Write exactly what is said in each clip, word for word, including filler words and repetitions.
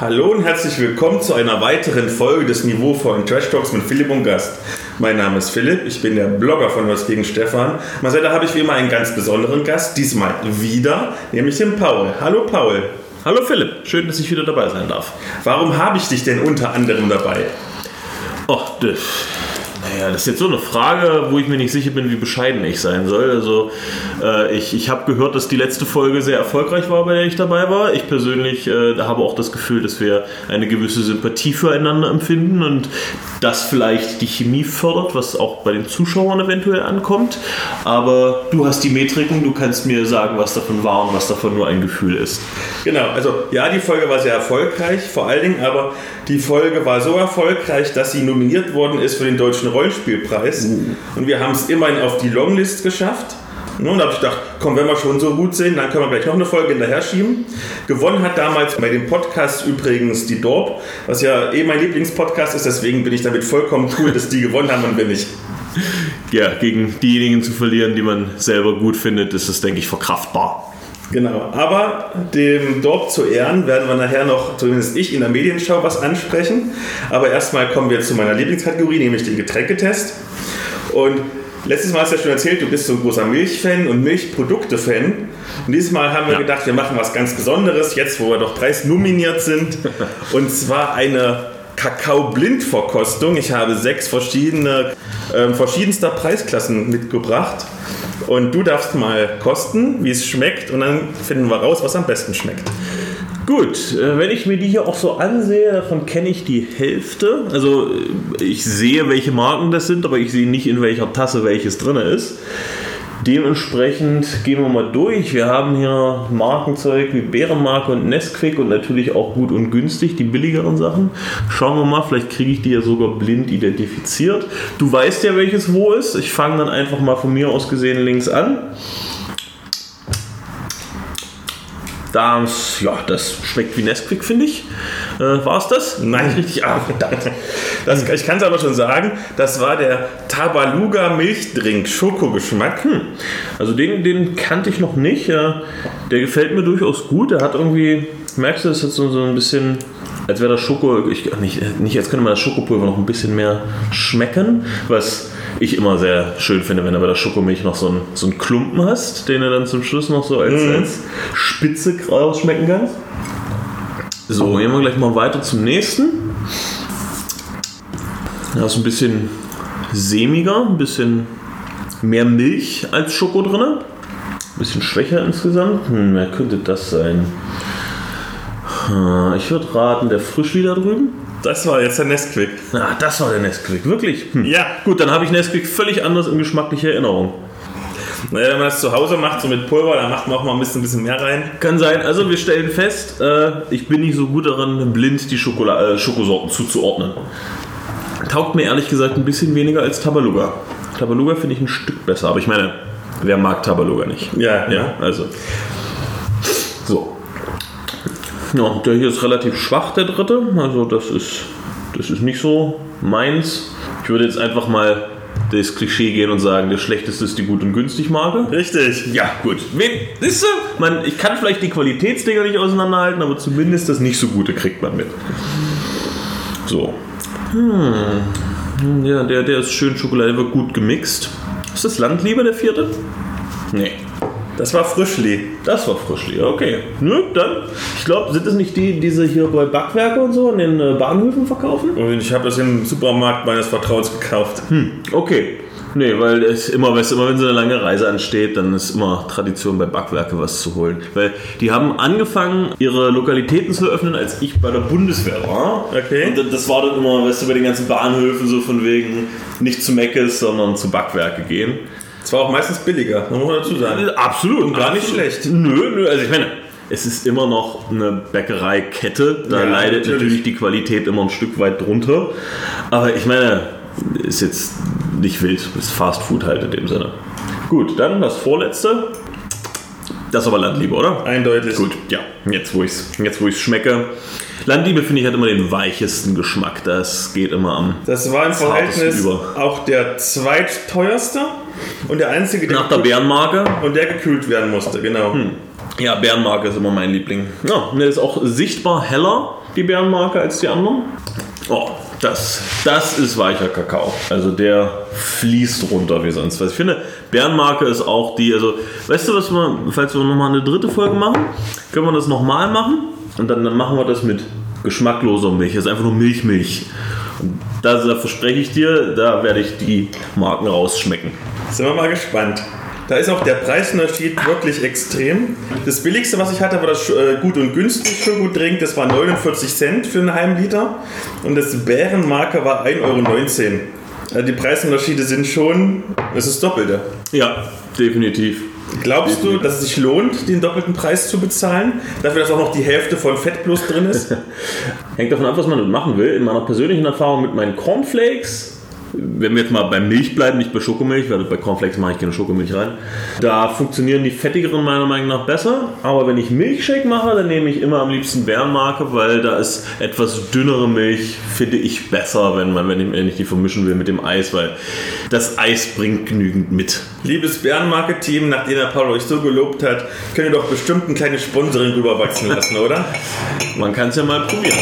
Hallo und herzlich willkommen zu einer weiteren Folge des niveauvollen Trash Talks mit Philipp und Gast. Mein Name ist Philipp, ich bin der Blogger von Was gegen Stefan. Marcel, da habe ich wie immer einen ganz besonderen Gast, diesmal wieder, nämlich den Paul. Hallo Paul. Hallo Philipp, schön, dass ich wieder dabei sein darf. Warum habe ich dich denn unter anderem dabei? Oh, das, naja, das ist jetzt so eine Frage, wo ich mir nicht sicher bin, wie bescheiden ich sein soll. Also äh, ich, ich habe gehört, dass die letzte Folge sehr erfolgreich war, bei der ich dabei war. Ich persönlich äh, habe auch das Gefühl, dass wir eine gewisse Sympathie füreinander empfinden und das vielleicht die Chemie fördert, was auch bei den Zuschauern eventuell ankommt. Aber du hast die Metriken, du kannst mir sagen, was davon war und was davon nur ein Gefühl ist. Genau, also ja, die Folge war sehr erfolgreich, vor allen Dingen aber die Folge war so erfolgreich, dass sie nominiert worden ist für den Deutschen Rollenspielpreis. Uh. Und wir haben es immerhin auf die Longlist geschafft. Und da habe ich gedacht, komm, wenn wir schon so gut sind, dann können wir gleich noch eine Folge hinterher schieben. Gewonnen hat damals bei dem Podcast übrigens die Dorp, was ja eh mein Lieblingspodcast ist, deswegen bin ich damit vollkommen cool, dass die gewonnen haben und bin ich. Ja, gegen diejenigen zu verlieren, die man selber gut findet, ist es, denke ich, verkraftbar. Genau, aber dem Dorp zu Ehren werden wir nachher noch, zumindest ich, in der Medienschau was ansprechen. Aber erstmal kommen wir zu meiner Lieblingskategorie, nämlich den Getränketest. Und letztes Mal hast du ja schon erzählt, du bist so ein großer Milchfan und Milchprodukte-Fan. Und dieses Mal haben wir ja. gedacht, wir machen was ganz Besonderes, jetzt wo wir doch preisnominiert sind. Und zwar eine Kakao-Blindverkostung. Ich habe sechs verschiedene, äh, verschiedenster Preisklassen mitgebracht. Und du darfst mal kosten, wie es schmeckt, und dann finden wir raus, was am besten schmeckt. Gut, wenn ich mir die hier auch so ansehe, davon kenne ich die Hälfte. Also ich sehe, welche Marken das sind, aber ich sehe nicht, in welcher Tasse welches drin ist. Dementsprechend gehen wir mal durch. Wir haben hier Markenzeug wie Bärenmarke und Nesquik und natürlich auch gut und günstig, die billigeren Sachen. Schauen wir mal, vielleicht kriege ich die ja sogar blind identifiziert. Du weißt ja, welches wo ist. Ich fange dann einfach mal von mir aus gesehen links an. Das, ja, das schmeckt wie Nesquik, finde ich. Äh, war es das? Nein, richtig. Ah, verdammt. Das, ich kann es aber schon sagen, das war der Tabaluga Milchdrink, Schokogeschmack. Hm. Also den, den kannte ich noch nicht. Ja. Der gefällt mir durchaus gut. Der hat irgendwie, merkst du, das ist so, so ein bisschen, als wäre das Schoko, ich, nicht, nicht als könnte man das Schokopulver noch ein bisschen mehr schmecken, was ich immer sehr schön finde, wenn du bei der Schokomilch noch so einen, so einen Klumpen hast, den du dann zum Schluss noch so als, mm. als Spitze rausschmecken kannst. So, gehen wir gleich mal weiter zum nächsten. Da ist ein bisschen sämiger, ein bisschen mehr Milch als Schoko drin. Ein bisschen schwächer insgesamt. Hm, wer könnte das sein? Ich würde raten, der Frischli da drüben. Das war jetzt der Nesquik. Ah, das war der Nesquik, wirklich? Hm. Ja. Gut, dann habe ich Nesquik völlig anders in geschmacklicher Erinnerung. Naja, wenn man das zu Hause macht, so mit Pulver, dann macht man auch mal ein bisschen, ein bisschen mehr rein. Kann sein. Also wir stellen fest, äh, ich bin nicht so gut daran, blind die Schokola- äh, Schokosorten zuzuordnen. Taugt mir ehrlich gesagt ein bisschen weniger als Tabaluga. Tabaluga finde ich ein Stück besser, aber ich meine, wer mag Tabaluga nicht? Ja. Ja, also. So. Ja, der hier ist relativ schwach, der dritte. Also das ist, das ist nicht so meins. Ich würde jetzt einfach mal das Klischee gehen und sagen, der schlechteste ist die Gut- und Günstig-Marke. Richtig. Ja, gut. Wen, siehst du? Man, ich kann vielleicht die Qualitätsdinger nicht auseinanderhalten, aber zumindest das nicht so Gute kriegt man mit. So. Hm. Ja, der, der ist schön Schokolade, der wird gut gemixt. Ist das Landliebe, der vierte? Nee. Das war Frischli. Das war Frischli, okay. Nö, dann, ich glaube, sind das nicht die, die sie hier bei Backwerke und so in den äh, Bahnhöfen verkaufen? Und ich habe das im Supermarkt meines Vertrauens gekauft. Hm, okay. Nee, weil es immer, weißt, immer wenn so eine lange Reise ansteht, dann ist immer Tradition bei Backwerke was zu holen. Weil die haben angefangen, ihre Lokalitäten zu öffnen, als ich bei der Bundeswehr war. Okay. Und das war dann immer, weißt du, bei den ganzen Bahnhöfen so von wegen nicht zu Meckes, sondern zu Backwerke gehen. Es war auch meistens billiger, muss man dazu sagen. Absolut. Und gar nicht schlecht. Nö, nö, also ich meine, es ist immer noch eine Bäckereikette, da ja, leidet natürlich. natürlich die Qualität immer ein Stück weit drunter. Aber ich meine, ist jetzt nicht wild, ist Fast Food halt in dem Sinne. Gut, dann das vorletzte. Das ist aber Landliebe, oder? Eindeutig. Gut, ja, jetzt wo ich es jetzt, wo ich's schmecke. Landliebe, finde ich, hat immer den weichesten Geschmack. Das geht immer am Das war im Verhältnis über. Auch der zweitteuerste und der einzige, der nach der Bärenmarke. Und der gekühlt werden musste, genau. Hm. Ja, Bärenmarke ist immer mein Liebling. Ja, der ist auch sichtbar heller die Bärenmarke, als die anderen. Oh, das, das ist weicher Kakao. Also der fließt runter wie sonst was. Ich finde, Bärenmarke ist auch die, also weißt du, was wir, falls wir nochmal eine dritte Folge machen, können wir das nochmal machen und dann, dann machen wir das mit geschmackloser Milch. Das ist einfach nur Milchmilch. Und da, da verspreche ich dir, da werde ich die Marken rausschmecken. Sind wir mal gespannt. Da ist auch der Preisunterschied wirklich extrem. Das billigste, was ich hatte, war das äh, Gut und Günstig schon gut trinkt. Das war neunundvierzig Cent für einen halben Liter. Und das Bärenmarke war ein Euro neunzehn. Also die Preisunterschiede sind schon, das ist das Doppelte. Ja, definitiv. Glaubst du, dass es sich lohnt, den doppelten Preis zu bezahlen? Dafür, dass auch noch die Hälfte von Fett bloß drin ist? Hängt davon ab, was man damit machen will. In meiner persönlichen Erfahrung mit meinen Cornflakes, wenn wir jetzt mal bei Milch bleiben, nicht bei Schokomilch, weil bei Cornflakes mache ich keine Schokomilch rein, da funktionieren die fettigeren meiner Meinung nach besser. Aber wenn ich Milchshake mache, dann nehme ich immer am liebsten Bärenmarke, weil da ist etwas dünnere Milch, finde ich besser, wenn, man, wenn, ich, wenn ich die vermischen will mit dem Eis, weil das Eis bringt genügend mit. Liebes Bärenmarke-Team, nachdem der Paul euch so gelobt hat, könnt ihr doch bestimmt ein kleines Sponsoring rüberwachsen lassen, oder? Man kann es ja mal probieren.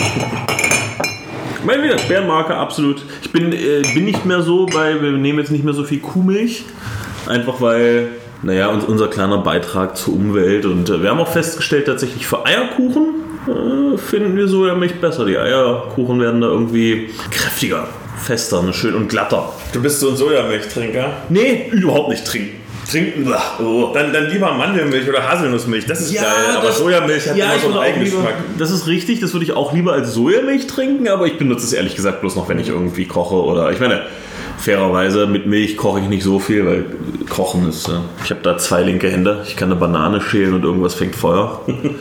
Ich meine wieder, Bärenmarke, absolut. Ich bin, äh, bin nicht mehr so bei, wir nehmen jetzt nicht mehr so viel Kuhmilch, einfach weil, naja, uns, unser kleiner Beitrag zur Umwelt und äh, wir haben auch festgestellt, tatsächlich für Eierkuchen äh, finden wir Sojamilch besser. Die Eierkuchen werden da irgendwie kräftiger, fester, ne, schön und glatter. Du bist so ein Sojamilchtrinker? Nee, überhaupt nicht trinken. Trinken, oh. dann, dann lieber Mandelmilch oder Haselnussmilch, das ist ja, geil, aber das, Sojamilch hat ja, immer so einen Eigengeschmack. Das ist richtig, das würde ich auch lieber als Sojamilch trinken, aber ich benutze es ehrlich gesagt bloß noch, wenn ich irgendwie koche oder, ich meine, fairerweise mit Milch koche ich nicht so viel, weil Kochen ist, ich habe da zwei linke Hände, ich kann eine Banane schälen und irgendwas fängt Feuer.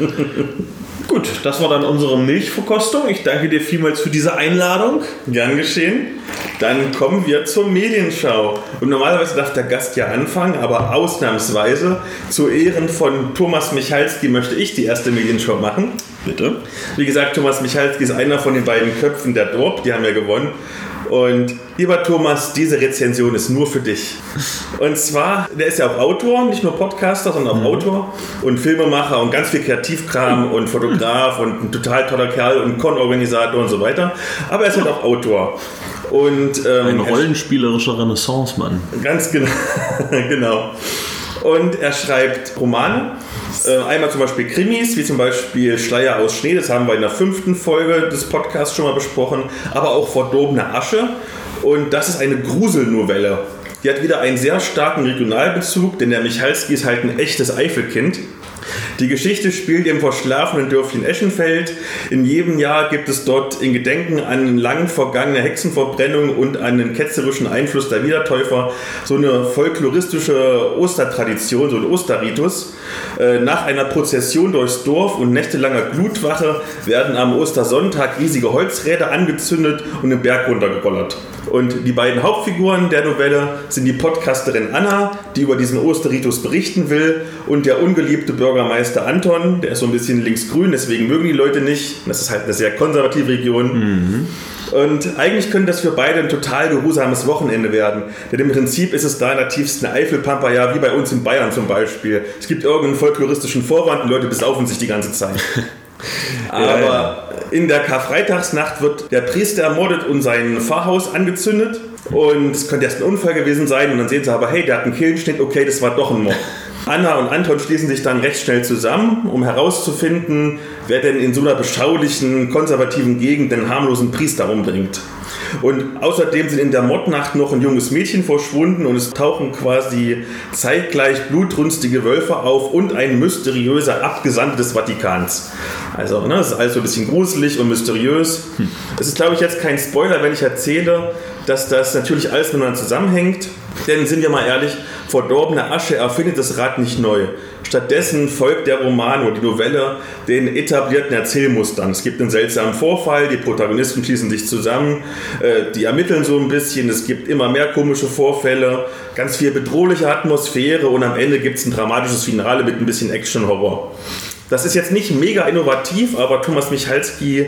Gut, das war dann unsere Milchverkostung. Ich danke dir vielmals für diese Einladung. Gern geschehen. Dann kommen wir zur Medienschau. Und normalerweise darf der Gast ja anfangen, aber ausnahmsweise zu Ehren von Thomas Michalski möchte ich die erste Medienschau machen. Bitte. Wie gesagt, Thomas Michalski ist einer von den beiden Köpfen der Dorp, die haben ja gewonnen. Und lieber Thomas, diese Rezension ist nur für dich. Und zwar, der ist ja auch Autor, nicht nur Podcaster, sondern auch mhm. Autor und Filmemacher und ganz viel Kreativkram und Fotograf und ein total toller Kerl und Con-Organisator und so weiter. Aber er ist halt auch Autor. Und, ähm, ein rollenspielerischer Renaissance-Mann. Ganz genau. genau. Und er schreibt Romane. Einmal zum Beispiel Krimis, wie zum Beispiel Schleier aus Schnee, das haben wir in der fünften Folge des Podcasts schon mal besprochen, aber auch Verdorbene Asche. Und das ist eine Gruselnovelle. Die hat wieder einen sehr starken Regionalbezug, denn der Michalski ist halt ein echtes Eifelkind. Die Geschichte spielt im verschlafenen Dörfchen Eschenfeld. In jedem Jahr gibt es dort in Gedenken an lang vergangene Hexenverbrennung und an den ketzerischen Einfluss der Wiedertäufer so eine folkloristische Ostertradition, so ein Osterritus. Nach einer Prozession durchs Dorf und nächtelanger Glutwache werden am Ostersonntag riesige Holzräder angezündet und den Berg runtergerollert. Und die beiden Hauptfiguren der Novelle sind die Podcasterin Anna, die über diesen Osterritus berichten will, und der ungeliebte Bürgermeister Anton, der ist so ein bisschen linksgrün, deswegen mögen die Leute nicht. Das ist halt eine sehr konservative Region. Mhm. Und eigentlich könnte das für beide ein total geruhsames Wochenende werden. Denn im Prinzip ist es da in der tiefsten Eifelpampa, ja, wie bei uns in Bayern zum Beispiel. Es gibt irgendeinen folkloristischen Vorwand und Leute besaufen sich die ganze Zeit. Aber in der Karfreitagsnacht wird der Priester ermordet und sein Pfarrhaus angezündet. Und es könnte erst ein Unfall gewesen sein. Und dann sehen sie aber, hey, der hat einen Kehlenschnitt, okay, das war doch ein Mord. Anna und Anton schließen sich dann recht schnell zusammen, um herauszufinden, wer denn in so einer beschaulichen, konservativen Gegend den harmlosen Priester umbringt. Und außerdem sind in der Mordnacht noch ein junges Mädchen verschwunden und es tauchen quasi zeitgleich blutrünstige Wölfe auf und ein mysteriöser Abgesandter des Vatikans. Also, ne, das ist alles so ein bisschen gruselig und mysteriös. Hm. Es ist, glaube ich, jetzt kein Spoiler, wenn ich erzähle, dass das natürlich alles miteinander zusammenhängt. Denn, sind wir mal ehrlich, Verdorbene Asche erfindet das Rad nicht neu. Stattdessen folgt der Roman oder die Novelle den etablierten Erzählmustern. Es gibt einen seltsamen Vorfall, die Protagonisten schließen sich zusammen, äh, die ermitteln so ein bisschen, es gibt immer mehr komische Vorfälle, ganz viel bedrohliche Atmosphäre und am Ende gibt es ein dramatisches Finale mit ein bisschen Action-Horror. Das ist jetzt nicht mega innovativ, aber Thomas Michalski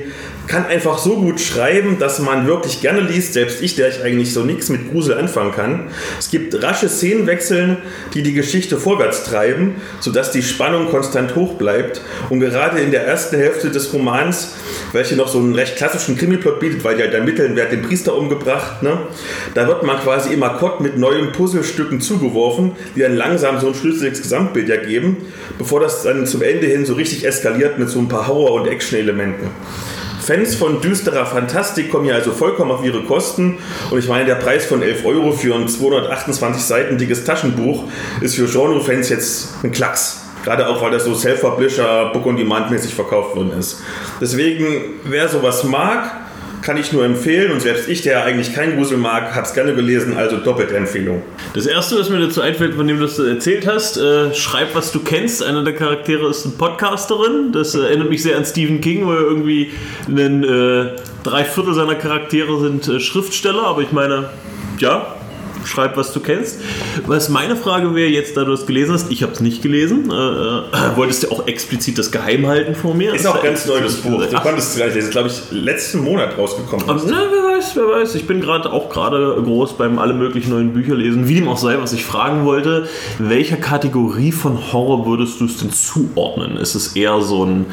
kann einfach so gut schreiben, dass man wirklich gerne liest, selbst ich, der ich eigentlich so nichts mit Grusel anfangen kann. Es gibt rasche Szenenwechseln, die die Geschichte vorwärts treiben, sodass die Spannung konstant hoch bleibt. Und gerade in der ersten Hälfte des Romans, welche noch so einen recht klassischen Krimiplot bietet, weil die halt ermitteln, wer hat den Priester umgebracht, ne? Da wird man quasi immer Kott mit neuen Puzzlestücken zugeworfen, die dann langsam so ein schlüssiges Gesamtbild ergeben, bevor das dann zum Ende hin so richtig eskaliert mit so ein paar Horror- und Action-Elementen. Fans von düsterer Fantastik kommen hier also vollkommen auf ihre Kosten. Und ich meine, der Preis von elf Euro für ein zweihundertachtundzwanzig Seiten dickes Taschenbuch ist für Genre-Fans jetzt ein Klacks. Gerade auch, weil das so Self-Publisher, Book-on-Demand-mäßig verkauft worden ist. Deswegen, wer sowas mag, kann ich nur empfehlen. Und selbst ich, der eigentlich keinen Grusel mag, habe es gerne gelesen, also doppelte Empfehlung. Das erste, was mir dazu einfällt, von dem du das erzählt hast, äh, schreib, was du kennst. Einer der Charaktere ist eine Podcasterin. Das äh, erinnert mich sehr an Stephen King, wo er irgendwie einen, äh, drei Viertel seiner Charaktere sind äh, Schriftsteller. Aber ich meine, ja, schreib, was du kennst. Was meine Frage wäre jetzt, da du das gelesen hast, ich habe es nicht gelesen, äh, äh, wolltest du auch explizit das geheim halten vor mir? Ist auch ganz neu, das Buch. Du konntest es gar nicht lesen. Ist, glaube ich, letzten Monat rausgekommen. Aber, na, wer weiß, wer weiß. Ich bin gerade auch gerade groß beim alle möglichen neuen Bücher lesen. Wie dem auch sei, was ich fragen wollte, welcher Kategorie von Horror würdest du es denn zuordnen? Ist es eher so ein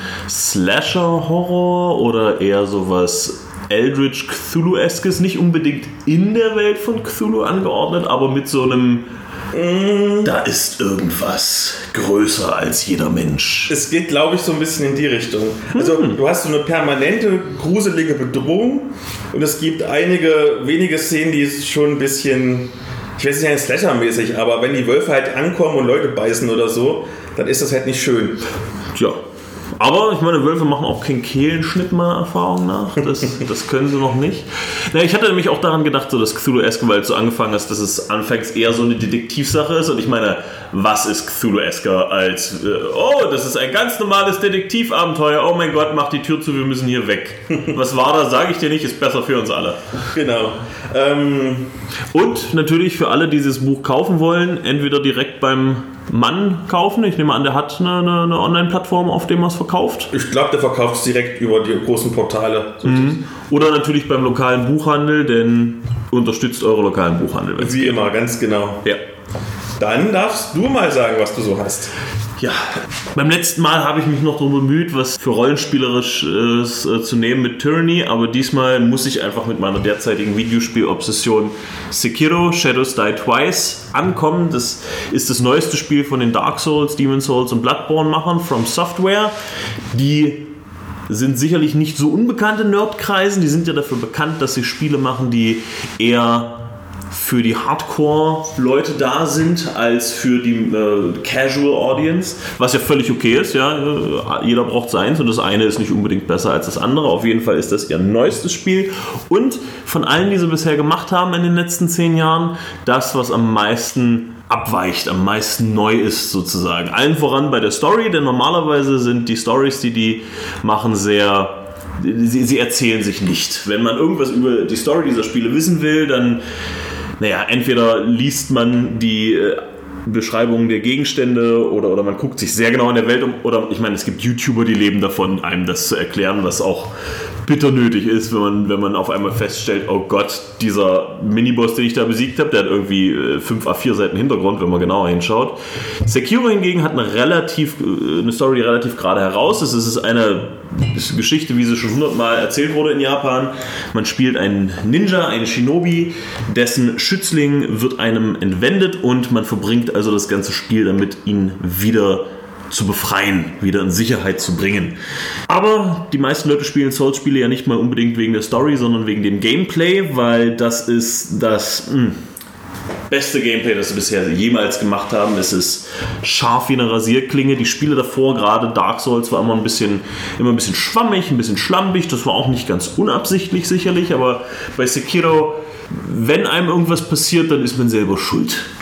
Slasher-Horror oder eher sowas Eldritch Cthulhu-eskes, nicht unbedingt in der Welt von Cthulhu angeordnet, aber mit so einem mm. da ist irgendwas größer als jeder Mensch. Es geht, glaube ich, so ein bisschen in die Richtung. Also hm. du hast so eine permanente, gruselige Bedrohung und es gibt einige wenige Szenen, die schon ein bisschen, ich weiß nicht, Slasher-mäßig, aber wenn die Wölfe halt ankommen und Leute beißen oder so, dann ist das halt nicht schön. Tja. Aber ich meine, Wölfe machen auch keinen Kehlenschnitt mal Erfahrung nach. Das, das können sie noch nicht. Na, ich hatte nämlich auch daran gedacht, so dass Cthulhu-eske, weil du so angefangen hast, dass es anfangs eher so eine Detektivsache ist. Und ich meine, was ist Cthulhu-esker als, äh, oh, das ist ein ganz normales Detektivabenteuer. Oh mein Gott, mach die Tür zu, wir müssen hier weg. Was war da, sage ich dir nicht, ist besser für uns alle. Genau. Ähm. Und natürlich für alle, die dieses Buch kaufen wollen, entweder direkt beim Mann kaufen. Ich nehme an, der hat eine, eine, eine Online-Plattform, auf der man es verkauft. Ich glaube, der verkauft es direkt über die großen Portale. Mhm. Oder natürlich beim lokalen Buchhandel, denn unterstützt eure lokalen Buchhandel. Wie immer, ganz genau. Ja. Dann darfst du mal sagen, was du so hast. Ja, beim letzten Mal habe ich mich noch darum bemüht, was für Rollenspielerisches äh, zu nehmen mit Tyranny, aber diesmal muss ich einfach mit meiner derzeitigen Videospiel-Obsession Sekiro Shadows Die Twice ankommen. Das ist das neueste Spiel von den Dark Souls, Demon's Souls und Bloodborne-Machern From Software. Die sind sicherlich nicht so unbekannte Nerdkreisen, die sind ja dafür bekannt, dass sie Spiele machen, die eher für die Hardcore-Leute da sind, als für die äh, Casual Audience, was ja völlig okay ist, ja, jeder braucht seins und das eine ist nicht unbedingt besser als das andere, auf jeden Fall ist das ihr neuestes Spiel und von allen, die sie bisher gemacht haben in den letzten zehn Jahren, das, was am meisten abweicht, am meisten neu ist sozusagen. Allen voran bei der Story, denn normalerweise sind die Stories, die die machen, sehr Sie, sie erzählen sich nicht. Wenn man irgendwas über die Story dieser Spiele wissen will, dann naja, entweder liest man die äh, Beschreibungen der Gegenstände oder, oder man guckt sich sehr genau in der Welt um. Oder ich meine, es gibt YouTuber, die leben davon, einem das zu erklären, was auch bitter nötig ist, wenn man, wenn man auf einmal feststellt, oh Gott, dieser Miniboss, den ich da besiegt habe, der hat irgendwie fünf A vier Seiten Hintergrund, wenn man genauer hinschaut. Sekiro hingegen hat eine relativ, eine Story, die relativ gerade heraus ist. Es ist eine Geschichte, wie sie schon hundertmal erzählt wurde in Japan. Man spielt einen Ninja, einen Shinobi, dessen Schützling wird einem entwendet und man verbringt also das ganze Spiel damit, ihn wieder zu befreien, wieder in Sicherheit zu bringen. Aber die meisten Leute spielen Souls-Spiele ja nicht mal unbedingt wegen der Story, sondern wegen dem Gameplay, weil das ist das mh, beste Gameplay, das sie bisher jemals gemacht haben. Es ist scharf wie eine Rasierklinge. Die Spiele davor, gerade Dark Souls, war immer ein bisschen, immer ein bisschen schwammig, ein bisschen schlampig. Das war auch nicht ganz unabsichtlich sicherlich, aber bei Sekiro, wenn einem irgendwas passiert, dann ist man selber schuld.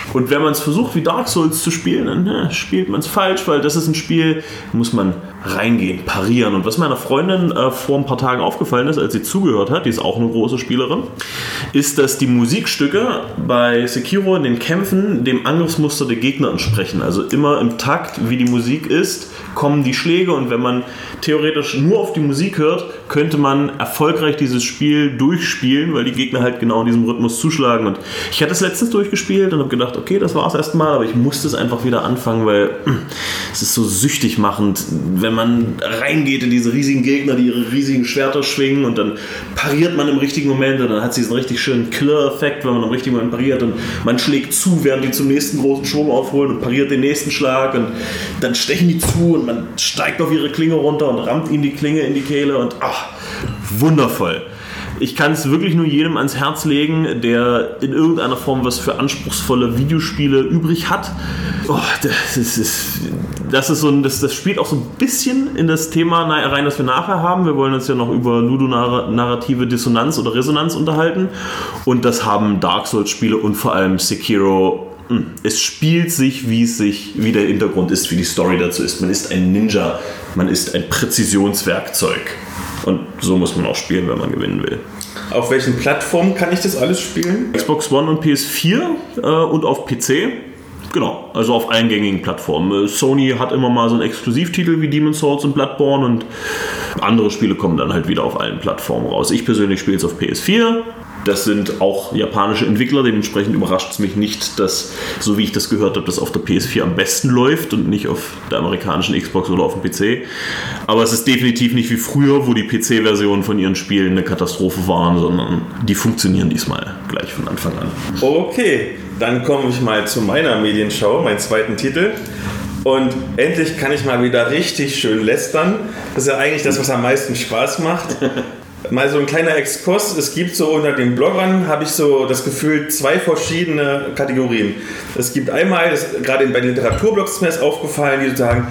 Und wenn man es versucht, wie Dark Souls zu spielen, dann ne, spielt man es falsch, weil das ist ein Spiel, muss man reingehen, parieren. Und was meiner Freundin äh, vor ein paar Tagen aufgefallen ist, als sie zugehört hat, die ist auch eine große Spielerin, ist, dass die Musikstücke bei Sekiro in den Kämpfen dem Angriffsmuster der Gegner entsprechen. Also immer im Takt, wie die Musik ist, kommen die Schläge, und wenn man theoretisch nur auf die Musik hört, könnte man erfolgreich dieses Spiel durchspielen, weil die Gegner halt genau in diesem Rhythmus zuschlagen. Und ich hatte es letztens durchgespielt und habe gedacht, okay, das war es erstmal, aber ich musste es einfach wieder anfangen, weil es ist so süchtig machend, wenn man reingeht in diese riesigen Gegner, die ihre riesigen Schwerter schwingen, und dann pariert man im richtigen Moment, und dann hat sie diesen richtig schönen Killer-Effekt, wenn man im richtigen Moment pariert, und man schlägt zu, während die zum nächsten großen Schwung aufholen und pariert den nächsten Schlag, und dann stechen die zu und man steigt auf ihre Klinge runter und rammt ihnen die Klinge in die Kehle, und ach, wundervoll. Ich kann es wirklich nur jedem ans Herz legen, der in irgendeiner Form was für anspruchsvolle Videospiele übrig hat. Oh, das ist, das ist so ein, das, das spielt auch so ein bisschen in das Thema rein, das wir nachher haben. Wir wollen uns ja noch über ludonarrative Dissonanz oder Resonanz unterhalten. Und das haben Dark Souls-Spiele und vor allem Sekiro. Es spielt sich, wie es sich, wie der Hintergrund ist, wie die Story dazu ist. Man ist ein Ninja, man ist ein Präzisionswerkzeug. Und so muss man auch spielen, wenn man gewinnen will. Auf welchen Plattformen kann ich das alles spielen? Xbox One und P S vier äh, und auf P C. Genau, also auf allen gängigen Plattformen. Sony hat immer mal so einen Exklusivtitel wie Demon's Souls und Bloodborne, und andere Spiele kommen dann halt wieder auf allen Plattformen raus. Ich persönlich spiele es auf P S vier. Das sind auch japanische Entwickler, dementsprechend überrascht es mich nicht, dass, so wie ich das gehört habe, das auf der P S vier am besten läuft und nicht auf der amerikanischen Xbox oder auf dem P C. Aber es ist definitiv nicht wie früher, wo die P C-Versionen von ihren Spielen eine Katastrophe waren, sondern die funktionieren diesmal gleich von Anfang an. Okay, dann komme ich mal zu meiner Medienschau, meinen zweiten Titel. Und endlich kann ich mal wieder richtig schön lästern. Das ist ja eigentlich das, was am meisten Spaß macht. Mal so ein kleiner Exkurs. Es gibt so unter den Bloggern, habe ich so das Gefühl, zwei verschiedene Kategorien. Es gibt einmal, das, gerade bei den Literaturblogs ist mir das aufgefallen, die sagen,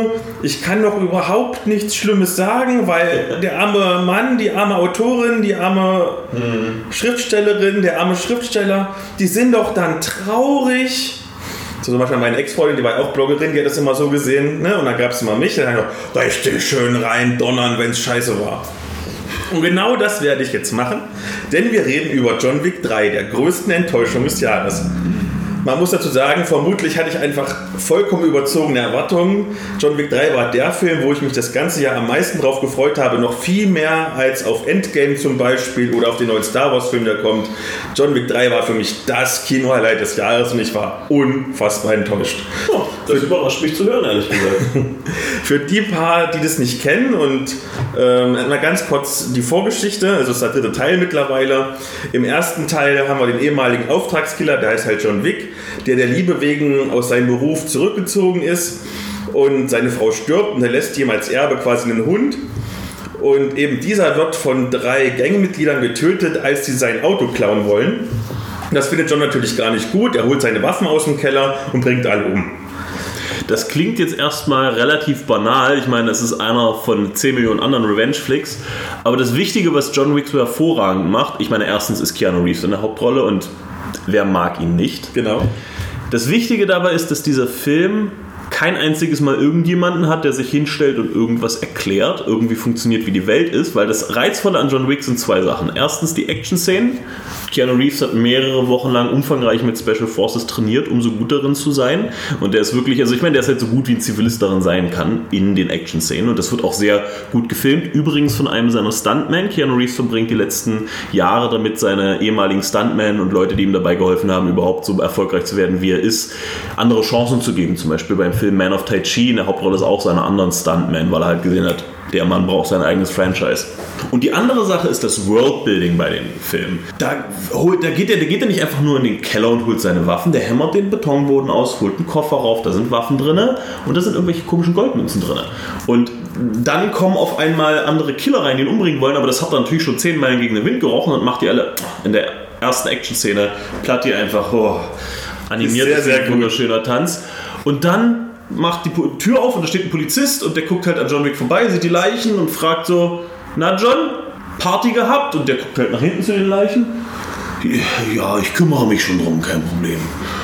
ich kann doch überhaupt nichts Schlimmes sagen, weil der arme Mann, die arme Autorin, die arme hm. Schriftstellerin, der arme Schriftsteller, die sind doch dann traurig. So zum Beispiel meine Ex-Freundin, die war auch Bloggerin, die hat das immer so gesehen, ne? Und dann gab es immer mich, dann habe ich richtig schön rein donnern, wenn es scheiße war. Und genau das werde ich jetzt machen, denn wir reden über John Wick drei, der größten Enttäuschung des Jahres. Man muss dazu sagen, vermutlich hatte ich einfach vollkommen überzogene Erwartungen. John Wick drei war der Film, wo ich mich das ganze Jahr am meisten drauf gefreut habe, noch viel mehr als auf Endgame zum Beispiel oder auf den neuen Star Wars Film, der kommt. John Wick drei war für mich das Kino-Highlight des Jahres und ich war unfassbar enttäuscht. Oh, das überrascht mich zu hören, ehrlich gesagt. Für die paar, die das nicht kennen, und ähm, mal ganz kurz die Vorgeschichte, also es ist der dritte Teil mittlerweile. Im ersten Teil haben wir den ehemaligen Auftragskiller, der heißt halt John Wick, der der Liebe wegen aus seinem Beruf zurückgezogen ist, und seine Frau stirbt und er lässt ihm als Erbe quasi einen Hund, und eben dieser wird von drei Gangmitgliedern getötet, als sie sein Auto klauen wollen. Das findet John natürlich gar nicht gut, er holt seine Waffen aus dem Keller und bringt alle um. Das klingt jetzt erstmal relativ banal. Ich meine, es ist einer von zehn Millionen anderen Revenge-Flicks. Aber das Wichtige, was John Wick so hervorragend macht, ich meine, erstens ist Keanu Reeves in der Hauptrolle, und wer mag ihn nicht? Genau. Das Wichtige dabei ist, dass dieser Film kein einziges Mal irgendjemanden hat, der sich hinstellt und irgendwas erklärt, irgendwie funktioniert, wie die Welt ist, weil das Reizvolle an John Wick sind zwei Sachen. Erstens die Action-Szenen. Keanu Reeves hat mehrere Wochen lang umfangreich mit Special Forces trainiert, um so gut darin zu sein. Und der ist wirklich, also ich meine, der ist halt so gut, wie ein Zivilist darin sein kann, in den Action-Szenen. Und das wird auch sehr gut gefilmt. Übrigens von einem seiner Stuntmen. Keanu Reeves verbringt die letzten Jahre damit, seine ehemaligen Stuntmen und Leute, die ihm dabei geholfen haben, überhaupt so erfolgreich zu werden, wie er ist, andere Chancen zu geben. Zum Beispiel beim Film Man of Tai Chi, in der Hauptrolle ist auch seine anderen Stuntmen, weil er halt gesehen hat, der Mann braucht sein eigenes Franchise. Und die andere Sache ist das Worldbuilding bei den Filmen. Da, holt, da, geht er, da geht er nicht einfach nur in den Keller und holt seine Waffen, der hämmert den Betonboden aus, holt einen Koffer rauf, da sind Waffen drin und da sind irgendwelche komischen Goldmünzen drin. Und dann kommen auf einmal andere Killer rein, die ihn umbringen wollen, aber das hat er natürlich schon zehn Meilen gegen den Wind gerochen und macht die alle in der ersten Action-Szene, platt die einfach, oh, animiert, sehr, sehr ein wunderschöner Tanz. Und dann macht die Tür auf und da steht ein Polizist und der guckt halt an John Wick vorbei, sieht die Leichen und fragt so, na John, Party gehabt? Und der guckt halt nach hinten zu den Leichen. Ja, ich kümmere mich schon drum, kein Problem.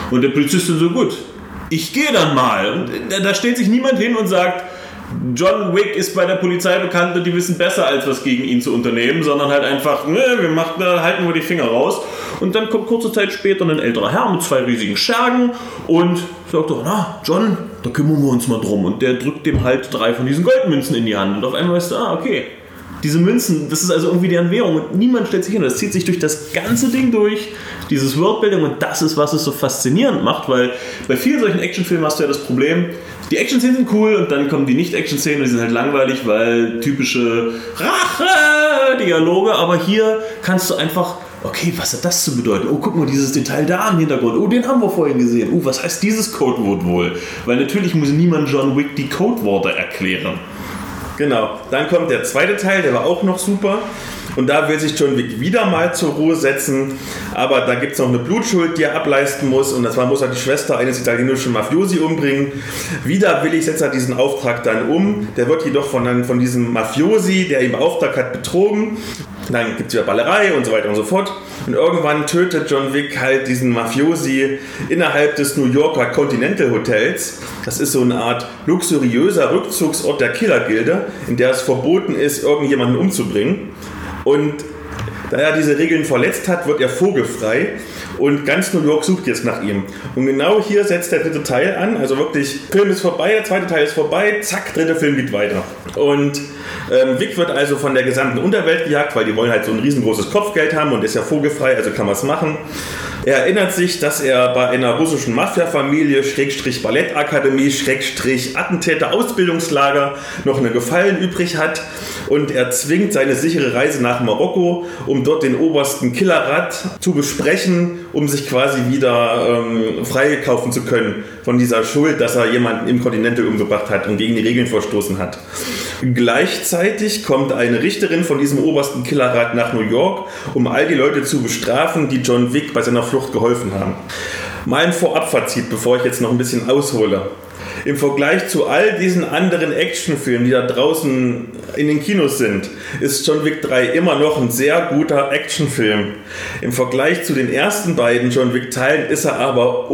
Und der Polizist so, gut, ich gehe dann mal. Und da stellt sich niemand hin und sagt, John Wick ist bei der Polizei bekannt und die wissen besser, als was gegen ihn zu unternehmen, sondern halt einfach, ne, wir machen, da halten wir die Finger raus. Und dann kommt kurze Zeit später ein älterer Herr mit zwei riesigen Schergen und sagt doch, na, John, da kümmern wir uns mal drum. Und der drückt dem halt drei von diesen Goldmünzen in die Hand. Und auf einmal weißt du, ah, okay, diese Münzen, das ist also irgendwie deren Währung und niemand stellt sich hin. Das zieht sich durch das ganze Ding durch, dieses Worldbuilding, und das ist, was es so faszinierend macht, weil bei vielen solchen Actionfilmen hast du ja das Problem, die Action-Szenen sind cool und dann kommen die Nicht-Action-Szenen und die sind halt langweilig, weil typische Rache-Dialoge, aber hier kannst du einfach, okay, was hat das zu bedeuten? Oh, guck mal, dieses Detail da im Hintergrund. Oh, den haben wir vorhin gesehen. Oh, was heißt dieses Codewort wohl? Weil natürlich muss niemand John Wick die Codeworte erklären. Genau, dann kommt der zweite Teil, der war auch noch super. Und da will sich John Wick wieder mal zur Ruhe setzen, aber da gibt es noch eine Blutschuld, die er ableisten muss, und zwar muss er die Schwester eines italienischen Mafiosi umbringen. Widerwillig setzt er diesen Auftrag dann um, der wird jedoch von, von diesem Mafiosi, der ihn beauftragt hat, betrogen. Dann gibt es wieder Ballerei und so weiter und so fort. Und irgendwann tötet John Wick halt diesen Mafiosi innerhalb des New Yorker Continental Hotels. Das ist so eine Art luxuriöser Rückzugsort der Killergilde, in der es verboten ist, irgendjemanden umzubringen. Und da er diese Regeln verletzt hat, wird er vogelfrei und ganz New York sucht jetzt nach ihm. Und genau hier setzt der dritte Teil an, also wirklich, Film ist vorbei, der zweite Teil ist vorbei, zack, dritter Film geht weiter. Und ähm, Wick wird also von der gesamten Unterwelt gejagt, weil die wollen halt so ein riesengroßes Kopfgeld haben und ist ja vogelfrei, also kann man es machen. Er erinnert sich, dass er bei einer russischen Mafia-Familie, Schrägstrich Ballettakademie, Schrägstrich Attentäter-Ausbildungslager noch eine Gefallen übrig hat, und er zwingt seine sichere Reise nach Marokko, um dort den obersten Killerrat zu besprechen, um sich quasi wieder ähm, freikaufen zu können von dieser Schuld, dass er jemanden im Continental umgebracht hat und gegen die Regeln verstoßen hat. Gleichzeitig kommt eine Richterin von diesem obersten Killerrat nach New York, um all die Leute zu bestrafen, die John Wick bei seiner Flucht geholfen haben. Mal ein Vorabfazit, bevor ich jetzt noch ein bisschen aushole. Im Vergleich zu all diesen anderen Actionfilmen, die da draußen in den Kinos sind, ist John Wick drei immer noch ein sehr guter Actionfilm. Im Vergleich zu den ersten beiden John Wick Teilen ist er aber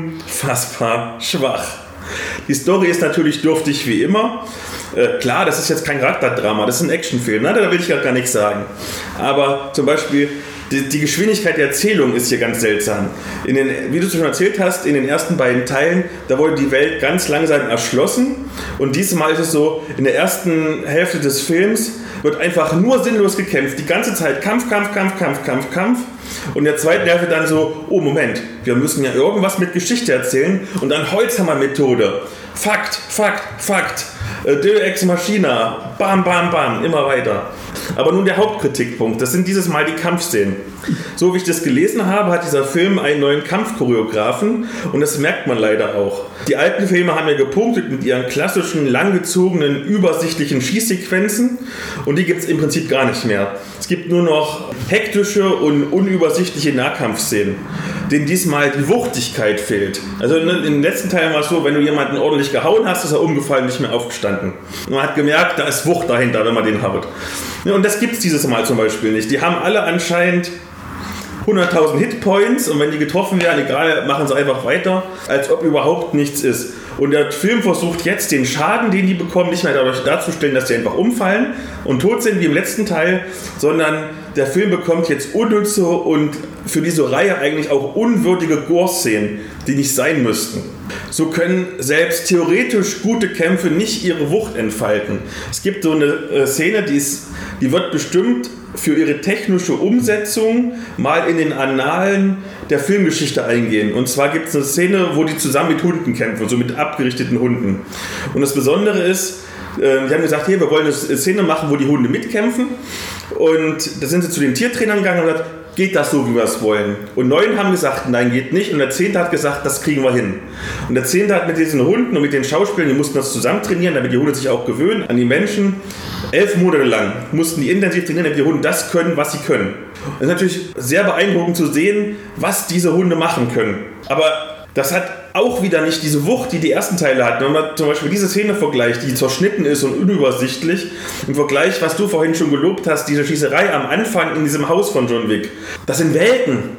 unfassbar schwach. Die Story ist natürlich dürftig wie immer. Äh, klar, das ist jetzt kein Charakterdrama, das ist ein Actionfilm, ne? Da will ich gar nichts sagen. Aber zum Beispiel die, die Geschwindigkeit der Erzählung ist hier ganz seltsam. In den, wie du schon erzählt hast, in den ersten beiden Teilen, da wurde die Welt ganz langsam erschlossen, und diesmal ist es so, in der ersten Hälfte des Films wird einfach nur sinnlos gekämpft. Die ganze Zeit Kampf, Kampf, Kampf, Kampf, Kampf, Kampf. Und in der zweiten Hälfte dann so, oh Moment, wir müssen ja irgendwas mit Geschichte erzählen, und dann Holzhammer-Methode. Fakt, Fakt, Fakt. Deus Ex Machina, bam, bam, bam, immer weiter. Aber nun der Hauptkritikpunkt, das sind dieses Mal die Kampfszenen. So wie ich das gelesen habe, hat dieser Film einen neuen Kampfchoreografen, und das merkt man leider auch. Die alten Filme haben ja gepunktet mit ihren klassischen, langgezogenen, übersichtlichen Schießsequenzen, und die gibt es im Prinzip gar nicht mehr. Es gibt nur noch hektische und unübersichtliche Nahkampfszenen, denen diesmal die Wuchtigkeit fehlt. Also in den letzten Teilen war es so, wenn du jemanden ordentlich gehauen hast, ist er umgefallen, nicht mehr aufgestanden. Und man hat gemerkt, da ist Wucht dahinter, wenn man den haut. Ja, und das gibt es dieses Mal zum Beispiel nicht. Die haben alle anscheinend hunderttausend Hitpoints, und wenn die getroffen werden, egal, machen sie einfach weiter, als ob überhaupt nichts ist. Und der Film versucht jetzt, den Schaden, den die bekommen, nicht mehr dadurch darzustellen, dass die einfach umfallen und tot sind wie im letzten Teil, sondern der Film bekommt jetzt unnütze und für diese Reihe eigentlich auch unwürdige Gore-Szenen, die nicht sein müssten. So können selbst theoretisch gute Kämpfe nicht ihre Wucht entfalten. Es gibt so eine äh, Szene, die, ist, die wird bestimmt für ihre technische Umsetzung mal in den Annalen der Filmgeschichte eingehen. Und zwar gibt es eine Szene, wo die zusammen mit Hunden kämpfen, so mit abgerichteten Hunden. Und das Besondere ist, äh, die haben gesagt, hier, wir wollen eine Szene machen, wo die Hunde mitkämpfen. Und da sind sie zu den Tiertrainern gegangen und haben gesagt, geht das so, wie wir es wollen? Und neun haben gesagt, nein, geht nicht. Und der zehnte hat gesagt, das kriegen wir hin. Und der zehnte hat mit diesen Hunden und mit den Schauspielern, die mussten das zusammen trainieren, damit die Hunde sich auch gewöhnen an die Menschen. Elf Monate lang mussten die intensiv trainieren, damit die Hunde das können, was sie können. Es ist natürlich sehr beeindruckend zu sehen, was diese Hunde machen können. Aber das hat auch wieder nicht diese Wucht, die die ersten Teile hatten. Wenn man zum Beispiel diese Szene vergleicht, die zerschnitten ist und unübersichtlich, im Vergleich, was du vorhin schon gelobt hast, diese Schießerei am Anfang in diesem Haus von John Wick, das sind Welten.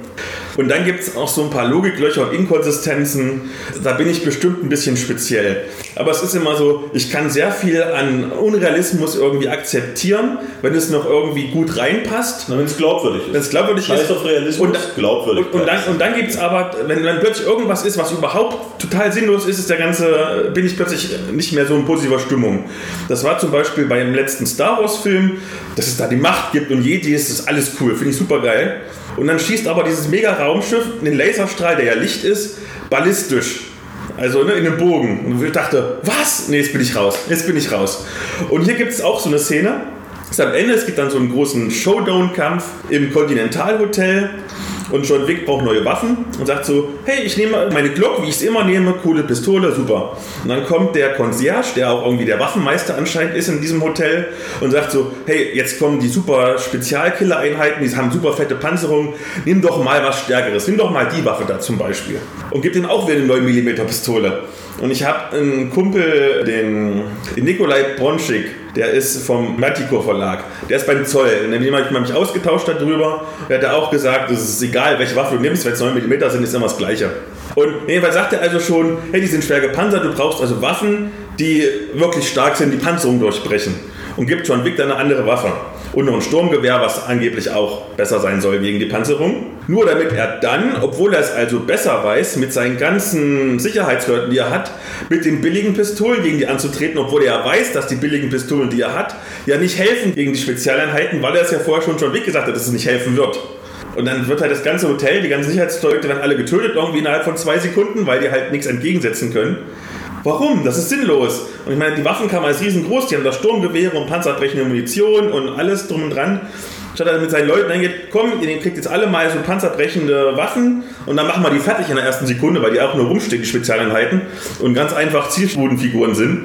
Und dann gibt es auch so ein paar Logiklöcher und Inkonsistenzen. Da bin ich bestimmt ein bisschen speziell. Aber es ist immer so, ich kann sehr viel an Unrealismus irgendwie akzeptieren, wenn es noch irgendwie gut reinpasst. Wenn es glaubwürdig ist. Wenn es glaubwürdig Scheiß ist. auf Realismus, und, glaubwürdig. Und, und dann, und dann gibt es aber, wenn dann plötzlich irgendwas ist, was überhaupt total sinnlos ist, ist der ganze, bin ich plötzlich nicht mehr so in positiver Stimmung. Das war zum Beispiel beim letzten Star Wars Film, dass es da die Macht gibt und Jedis, das ist alles cool, finde ich super geil. Und dann schießt aber dieses Mega-Raumschiff einen Laserstrahl, der ja Licht ist, ballistisch. Also ne, in den Bogen. Und ich dachte, was? Nee, jetzt bin ich raus. Jetzt bin ich raus. Und hier gibt es auch so eine Szene. Das ist am Ende, es gibt dann so einen großen Showdown-Kampf im Continental-Hotel. Und John Wick braucht neue Waffen und sagt so, hey, ich nehme meine Glock, wie ich es immer nehme, coole Pistole, super. Und dann kommt der Concierge, der auch irgendwie der Waffenmeister anscheinend ist in diesem Hotel und sagt so, hey, jetzt kommen die super Spezialkiller-Einheiten, die haben super fette Panzerung, nimm doch mal was Stärkeres, nimm doch mal die Waffe da zum Beispiel. Und gib denen auch wieder eine neun Millimeter Pistole. Und ich habe einen Kumpel, den, den Nikolai Bronschik, der ist vom Matiko Verlag, der ist beim Zoll. Und dem habe ich mich ausgetauscht darüber. Der hat auch gesagt, es ist egal, welche Waffe du nimmst, wenn es neun Millimeter sind, ist immer das Gleiche. Und jedenfalls sagt er also schon, hey, die sind schwer gepanzert, du brauchst also Waffen, die wirklich stark sind, die Panzerung durchbrechen. Und gibt John Wick dann eine andere Waffe. Und noch ein Sturmgewehr, was angeblich auch besser sein soll gegen die Panzerung. Nur damit er dann, obwohl er es also besser weiß, mit seinen ganzen Sicherheitsleuten, die er hat, mit den billigen Pistolen gegen die anzutreten, obwohl er weiß, dass die billigen Pistolen, die er hat, ja nicht helfen gegen die Spezialeinheiten, weil er es ja vorher schon John Wick gesagt hat, dass es nicht helfen wird. Und dann wird halt das ganze Hotel, die ganzen Sicherheitsleute werden alle getötet, irgendwie innerhalb von zwei Sekunden, weil die halt nichts entgegensetzen können. Warum? Das ist sinnlos. Und ich meine, die Waffenkammer ist riesengroß, die haben da Sturmgewehre und panzerbrechende Munition und alles drum und dran. Statt er mit seinen Leuten eingeht, komm, ihr kriegt jetzt alle mal so panzerbrechende Waffen und dann machen wir die fertig in der ersten Sekunde, weil die auch nur rumstehen, die Spezialeinheiten, und ganz einfach Zielbodenfiguren sind.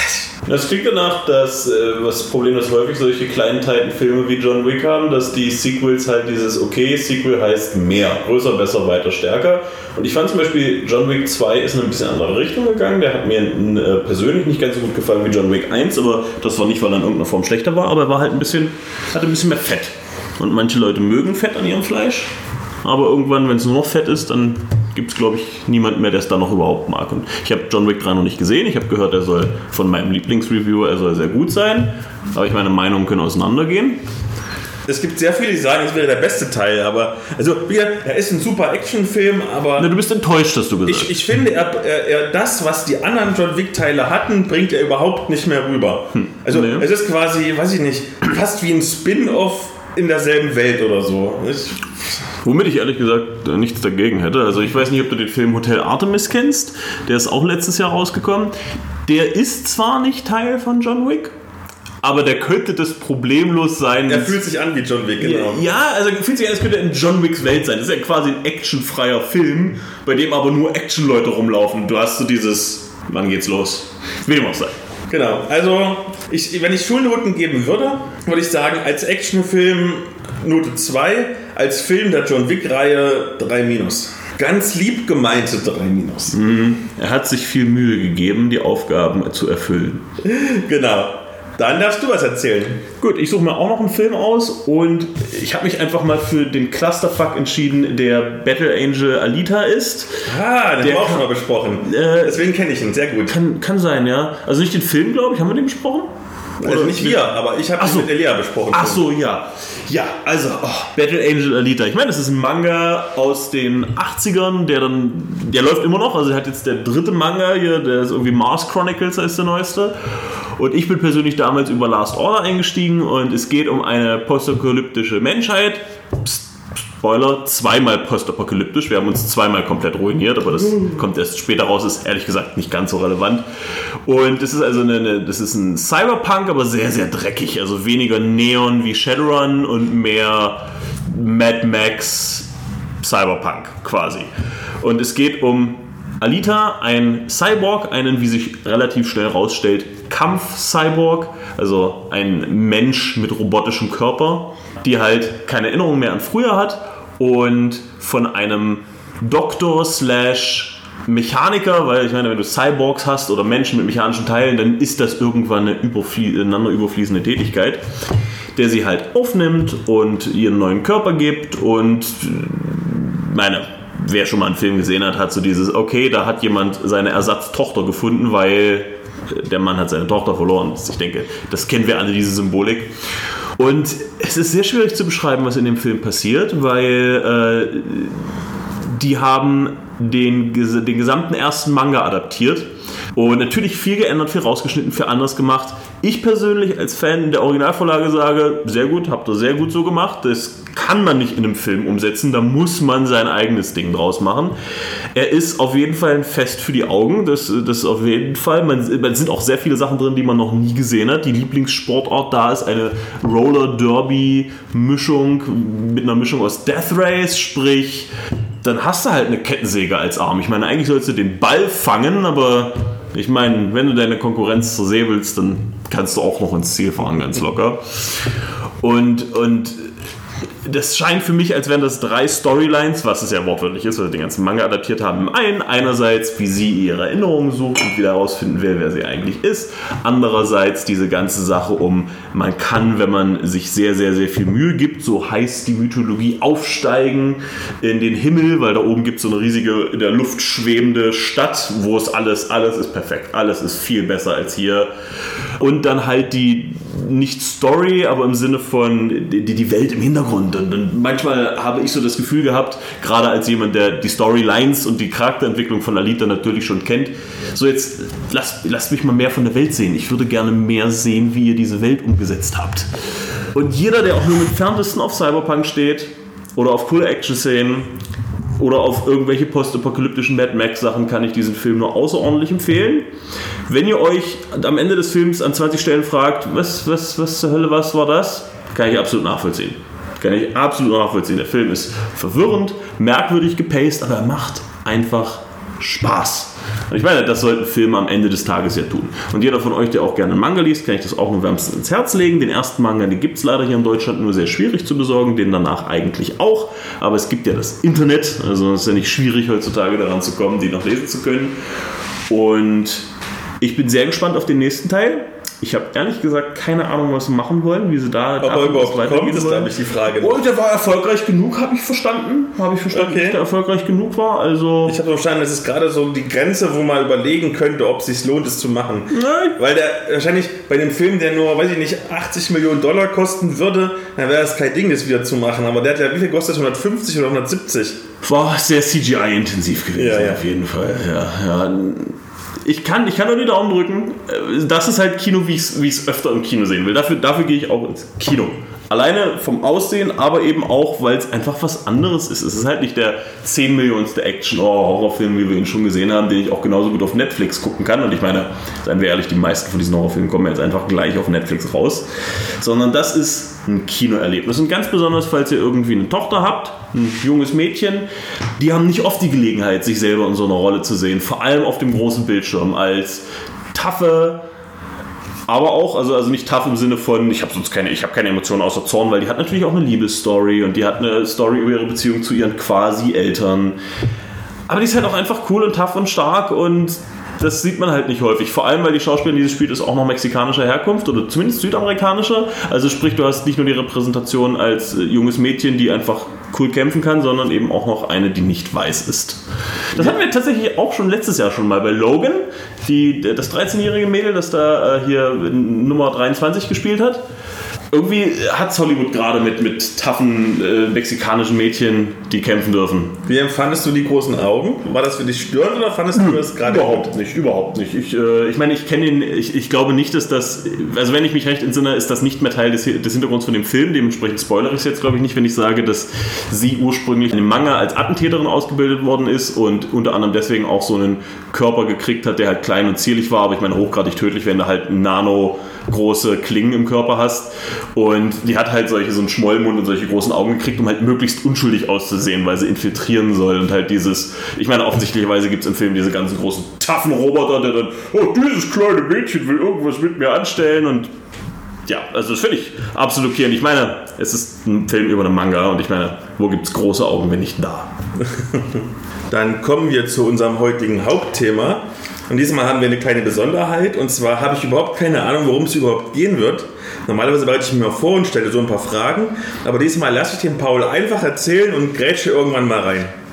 Das klingt danach, dass äh, das Problem, dass häufig solche kleinteiligen Filme wie John Wick haben, dass die Sequels halt dieses, okay, Sequel heißt mehr, größer, besser, weiter, stärker. Und ich fand zum Beispiel, John Wick zwei ist in eine bisschen andere Richtung gegangen. Der hat mir äh, persönlich nicht ganz so gut gefallen wie John Wick eins, aber das war nicht, weil er in irgendeiner Form schlechter war, aber er war halt ein bisschen, hatte ein bisschen mehr Fett. Und manche Leute mögen Fett an ihrem Fleisch, aber irgendwann, wenn es nur noch Fett ist, dann gibt es, glaube ich, niemand mehr, der es da noch überhaupt mag. Und ich habe John Wick drei noch nicht gesehen. Ich habe gehört, er soll von meinem Lieblingsreviewer, er soll sehr gut sein. Aber ich meine Meinungen können auseinandergehen. Es gibt sehr viele, die sagen, es wäre der beste Teil, aber also er ist ein super Actionfilm, aber Na, du bist enttäuscht, dass du gesagt hast. Ich, ich finde, er, er, er, das, was die anderen John Wick-Teile hatten, bringt er überhaupt nicht mehr rüber. Hm. Also nee. Es ist quasi, weiß ich nicht, fast wie ein Spin-off in derselben Welt oder so. Ich, Womit ich ehrlich gesagt nichts dagegen hätte. Also ich weiß nicht, ob du den Film Hotel Artemis kennst. Der ist auch letztes Jahr rausgekommen. Der ist zwar nicht Teil von John Wick, aber der könnte das problemlos sein. Er fühlt sich an wie John Wick, genau. Ja, also fühlt sich an, als könnte er in John Wicks Welt sein. Das ist ja quasi ein actionfreier Film, bei dem aber nur Actionleute rumlaufen. Du hast so dieses, wann geht's los? Will dem auch sein. Genau, also ich, wenn ich Schulnoten geben würde, würde ich sagen, als Actionfilm Note zwei, als Film der John Wick-Reihe drei minus. Ganz lieb gemeinte drei minus. Mhm. Er hat sich viel Mühe gegeben, die Aufgaben zu erfüllen. Genau. Dann darfst du was erzählen. Gut, ich suche mir auch noch einen Film aus und ich habe mich einfach mal für den Clusterfuck entschieden, der Battle Angel Alita ist. Ah, den haben wir auch schon mal besprochen. Äh, Deswegen kenne ich ihn, sehr gut. Kann, kann sein, ja. Also nicht den Film, glaube ich. Haben wir den besprochen? Also Oder nicht wir, aber ich habe ihn so. mit Elia besprochen. Ach so, ja. Ja, also oh, Battle Angel Alita. Ich meine, das ist ein Manga aus den achtzigern, der dann, der läuft immer noch. Also er hat jetzt der dritte Manga hier, der ist irgendwie Mars Chronicles, heißt der neueste. Und ich bin persönlich damals über Last Order eingestiegen und es geht um eine postapokalyptische Menschheit. Psst, Spoiler, zweimal postapokalyptisch. Wir haben uns zweimal komplett ruiniert, aber das kommt erst später raus, ist ehrlich gesagt nicht ganz so relevant. Und es ist also eine, eine, das ist ein Cyberpunk, aber sehr, sehr dreckig. Also weniger Neon wie Shadowrun und mehr Mad Max Cyberpunk quasi. Und es geht um Alita, ein Cyborg, einen, wie sich relativ schnell rausstellt, Kampf-Cyborg, also ein Mensch mit robotischem Körper, die halt keine Erinnerung mehr an früher hat und von einem Doktor slash Mechaniker, weil ich meine, wenn du Cyborgs hast oder Menschen mit mechanischen Teilen, dann ist das irgendwann eine überflie- ineinander überfließende Tätigkeit, der sie halt aufnimmt und ihren neuen Körper gibt und meine, wer schon mal einen Film gesehen hat, hat so dieses, okay, da hat jemand seine Ersatztochter gefunden, weil der Mann hat seine Tochter verloren. Ich denke, das kennen wir alle, diese Symbolik. Und es ist sehr schwierig zu beschreiben, was in dem Film passiert, weil äh, die haben den, den gesamten ersten Manga adaptiert und natürlich viel geändert, viel rausgeschnitten, viel anders gemacht. Ich persönlich als Fan der Originalvorlage sage, sehr gut, habt ihr sehr gut so gemacht. Das kann man nicht in einem Film umsetzen, da muss man sein eigenes Ding draus machen. Er ist auf jeden Fall ein Fest für die Augen, das, das ist auf jeden Fall. Man, es sind auch sehr viele Sachen drin, die man noch nie gesehen hat. Die Lieblingssportart da ist eine Roller-Derby-Mischung mit einer Mischung aus Death Race, sprich, dann hast du halt eine Kettensäge als Arm. Ich meine, eigentlich sollst du den Ball fangen, aber ich meine, wenn du deine Konkurrenz zersäbelst, dann kannst du auch noch ins Ziel fahren, ganz locker. Und, und das scheint für mich, als wären das drei Storylines, was es ja wortwörtlich ist, weil sie den ganzen Manga adaptiert haben. Ein, einerseits, wie sie ihre Erinnerungen sucht und wieder herausfinden will, wer sie eigentlich ist. Andererseits diese ganze Sache um, man kann, wenn man sich sehr, sehr, sehr viel Mühe gibt, so heißt die Mythologie, aufsteigen in den Himmel, weil da oben gibt es so eine riesige, in der Luft schwebende Stadt, wo es alles, alles ist perfekt, alles ist viel besser als hier. Und dann halt die, nicht Story, aber im Sinne von die, die Welt im Hintergrund. Und, und manchmal habe ich so das Gefühl gehabt, gerade als jemand, der die Storylines und die Charakterentwicklung von Alita natürlich schon kennt, so jetzt lasst, lasst mich mal mehr von der Welt sehen. Ich würde gerne mehr sehen, wie ihr diese Welt umgesetzt habt. Und jeder, der auch nur im Entferntesten auf Cyberpunk steht oder auf coole Action-Szenen oder auf irgendwelche postapokalyptischen Mad Max-Sachen, kann ich diesen Film nur außerordentlich empfehlen. Wenn ihr euch am Ende des Films an zwanzig Stellen fragt, was, was, was zur Hölle, was war das? Kann ich absolut nachvollziehen. Kann ich absolut nachvollziehen. Der Film ist verwirrend, merkwürdig gepaced, aber er macht einfach Spaß. Und ich meine, das sollten Filme am Ende des Tages ja tun. Und jeder von euch, der auch gerne einen Manga liest, kann ich das auch nur wärmstens ins Herz legen. Den ersten Manga, den gibt es leider hier in Deutschland nur sehr schwierig zu besorgen, den danach eigentlich auch. Aber es gibt ja das Internet, also es ist ja nicht schwierig heutzutage daran zu kommen, die noch lesen zu können. Und ich bin sehr gespannt auf den nächsten Teil. Ich habe ehrlich gesagt keine Ahnung, was sie machen wollen, wie sie da aber überhaupt kommt, ist glaube ich die Frage. Und der war erfolgreich genug, habe ich verstanden. Habe ich verstanden, okay, dass der erfolgreich genug war. Also ich habe verstanden, das ist gerade so die Grenze, wo man überlegen könnte, ob es sich lohnt, es zu machen. Nein. Weil der wahrscheinlich bei dem Film, der nur, weiß ich nicht, achtzig Millionen Dollar kosten würde, dann wäre es kein Ding, das wieder zu machen. Aber der hat ja, wie viel kostet das? hundertfünfzig oder hundertsiebzig? War sehr C G I-intensiv gewesen, ja, ja. Auf jeden Fall. Ja, ja. Ich kann, ich kann nur die Daumen drücken. Das ist halt Kino, wie ich es öfter im Kino sehen will. Dafür, dafür gehe ich auch ins Kino. Alleine vom Aussehen, aber eben auch, weil es einfach was anderes ist. Es ist halt nicht der zehn Millionenste Action-Horrorfilm, wie wir ihn schon gesehen haben, den ich auch genauso gut auf Netflix gucken kann. Und ich meine, seien wir ehrlich, die meisten von diesen Horrorfilmen kommen jetzt einfach gleich auf Netflix raus. Sondern das ist ein Kinoerlebnis. Und ganz besonders, falls ihr irgendwie eine Tochter habt, ein junges Mädchen, die haben nicht oft die Gelegenheit, sich selber in so einer Rolle zu sehen. Vor allem auf dem großen Bildschirm als taffe, aber auch, also, also nicht tough im Sinne von, ich habe sonst keine, ich habe keine Emotionen außer Zorn, weil die hat natürlich auch eine Liebesstory und die hat eine Story über ihre Beziehung zu ihren quasi Eltern. Aber die ist halt auch einfach cool und tough und stark und das sieht man halt nicht häufig. Vor allem, weil die Schauspielerin dieses Spiels ist auch noch mexikanischer Herkunft oder zumindest südamerikanischer. Also sprich, du hast nicht nur die Repräsentation als junges Mädchen, die einfach cool kämpfen kann, sondern eben auch noch eine, die nicht weiß ist. Das hatten wir tatsächlich auch schon letztes Jahr schon mal bei Logan, die, das dreizehnjährige Mädel, das da hier Nummer dreiundzwanzig gespielt hat. Irgendwie hat es Hollywood gerade mit, mit taffen äh, mexikanischen Mädchen, die kämpfen dürfen. Wie empfandest du die großen Augen? War das für dich störend oder fandest du das gerade überhaupt gut? Nicht? Überhaupt nicht. Ich, äh, ich meine, ich kenne ihn, ich, ich glaube nicht, dass das, also wenn ich mich recht entsinne, ist das nicht mehr Teil des, des Hintergrunds von dem Film. Dementsprechend spoilere ich es jetzt, glaube ich, nicht, wenn ich sage, dass sie ursprünglich in dem Manga als Attentäterin ausgebildet worden ist und unter anderem deswegen auch so einen Körper gekriegt hat, der halt klein und zierlich war, aber ich meine hochgradig tödlich, wenn du halt nano große Klingen im Körper hast. Und die hat halt solche, so einen Schmollmund und solche großen Augen gekriegt, um halt möglichst unschuldig auszusehen, weil sie infiltrieren soll. Und halt dieses, ich meine, offensichtlicherweise gibt es im Film diese ganzen großen, taffen Roboter, der dann, oh, dieses kleine Mädchen will irgendwas mit mir anstellen. Und ja, also das finde ich absolut okay. Und ich meine, es ist ein Film über einen Manga und ich meine, wo gibt es große Augen, wenn nicht da? Dann kommen wir zu unserem heutigen Hauptthema. Und diesmal haben wir eine kleine Besonderheit. Und zwar habe ich überhaupt keine Ahnung, worum es überhaupt gehen wird. Normalerweise bereite ich mir mal vor und stelle so ein paar Fragen. Aber diesmal lasse ich den Paul einfach erzählen und grätsche irgendwann mal rein.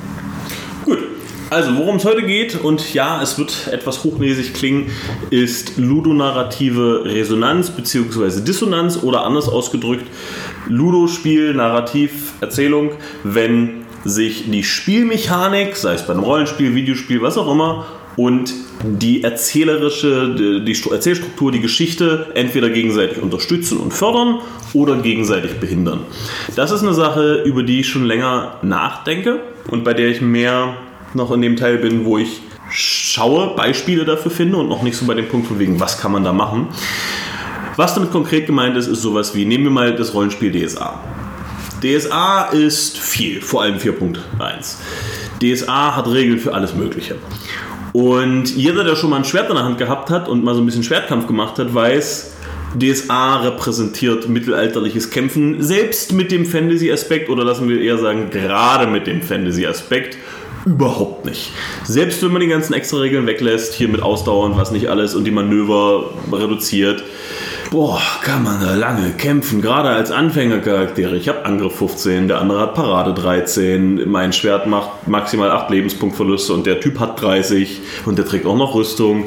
Also, worum es heute geht, und ja, es wird etwas hochnäsig klingen, ist ludonarrative Resonanz bzw. Dissonanz oder anders ausgedrückt, Ludo-Spiel, Narrativ, Erzählung, wenn sich die Spielmechanik, sei es bei einem Rollenspiel, Videospiel, was auch immer, und die erzählerische, die, die Erzählstruktur, die Geschichte entweder gegenseitig unterstützen und fördern oder gegenseitig behindern. Das ist eine Sache, über die ich schon länger nachdenke und bei der ich mehr noch in dem Teil bin, wo ich schaue, Beispiele dafür finde und noch nicht so bei dem Punkt von wegen, was kann man da machen. Was damit konkret gemeint ist, ist sowas wie, nehmen wir mal das Rollenspiel D S A. D S A ist viel, vor allem vier Punkt eins. D S A hat Regeln für alles Mögliche. Und jeder, der schon mal ein Schwert in der Hand gehabt hat und mal so ein bisschen Schwertkampf gemacht hat, weiß, D S A repräsentiert mittelalterliches Kämpfen, selbst mit dem Fantasy-Aspekt, oder lassen wir eher sagen, gerade mit dem Fantasy-Aspekt, überhaupt nicht. Selbst wenn man die ganzen extra Regeln weglässt, hier mit Ausdauer und was nicht alles und die Manöver reduziert, boah, kann man da lange kämpfen, gerade als Anfängercharaktere. Ich habe Angriff fünfzehn, der andere hat Parade dreizehn, mein Schwert macht maximal acht Lebenspunktverluste und der Typ hat dreißig und der trägt auch noch Rüstung.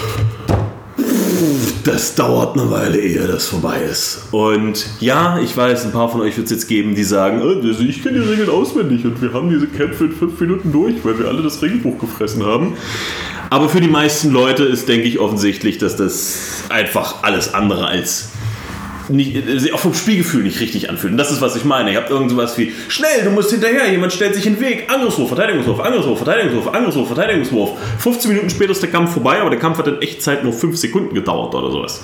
Das dauert eine Weile, ehe das vorbei ist. Und ja, ich weiß, ein paar von euch wird es jetzt geben, die sagen, oh, ich kenne die Regeln auswendig und wir haben diese Kämpfe in fünf Minuten durch, weil wir alle das Regelbuch gefressen haben. Aber für die meisten Leute ist, denke ich, offensichtlich, dass das einfach alles andere als nicht, auch vom Spielgefühl nicht richtig anfühlt. Und das ist, was ich meine. Ihr habt irgend sowas wie, schnell, du musst hinterher, jemand stellt sich in den Weg, Angriffswurf, Verteidigungswurf, Angriffswurf, Verteidigungswurf, Angriffswurf, Verteidigungswurf. fünfzehn Minuten später ist der Kampf vorbei, aber der Kampf hat in Echtzeit nur fünf Sekunden gedauert oder sowas.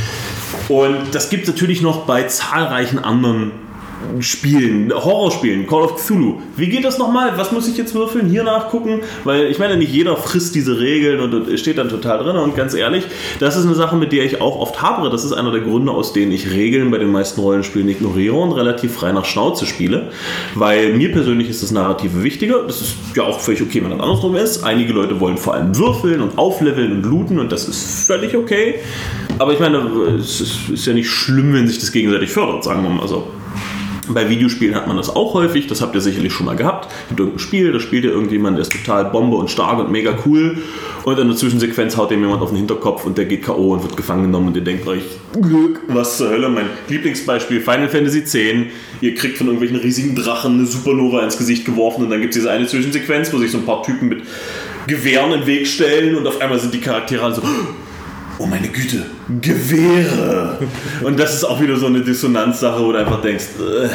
Und das gibt es natürlich noch bei zahlreichen anderen Spielen, Horrorspielen, Call of Cthulhu. Wie geht das nochmal? Was muss ich jetzt würfeln? Hier nachgucken? Weil ich meine, nicht jeder frisst diese Regeln und steht dann total drin. Und ganz ehrlich, das ist eine Sache, mit der ich auch oft habere. Das ist einer der Gründe, aus denen ich Regeln bei den meisten Rollenspielen ignoriere und relativ frei nach Schnauze spiele. Weil mir persönlich ist das Narrative wichtiger. Das ist ja auch völlig okay, wenn das andersrum ist. Einige Leute wollen vor allem würfeln und aufleveln und looten und das ist völlig okay. Aber ich meine, es ist ja nicht schlimm, wenn sich das gegenseitig fördert, sagen wir mal so. Bei Videospielen hat man das auch häufig, das habt ihr sicherlich schon mal gehabt. Es gibt irgendein Spiel, da spielt ihr irgendjemand, der ist total Bombe und stark und mega cool und in der Zwischensequenz haut ihm jemand auf den Hinterkopf und der geht K O und wird gefangen genommen und ihr denkt euch, was zur Hölle, mein Lieblingsbeispiel Final Fantasy X, ihr kriegt von irgendwelchen riesigen Drachen eine Supernova ins Gesicht geworfen und dann gibt es diese eine Zwischensequenz, wo sich so ein paar Typen mit Gewehren in den Weg stellen und auf einmal sind die Charaktere alle so, oh meine Güte, Gewehre! Und das ist auch wieder so eine Dissonanzsache, wo du einfach denkst, äh.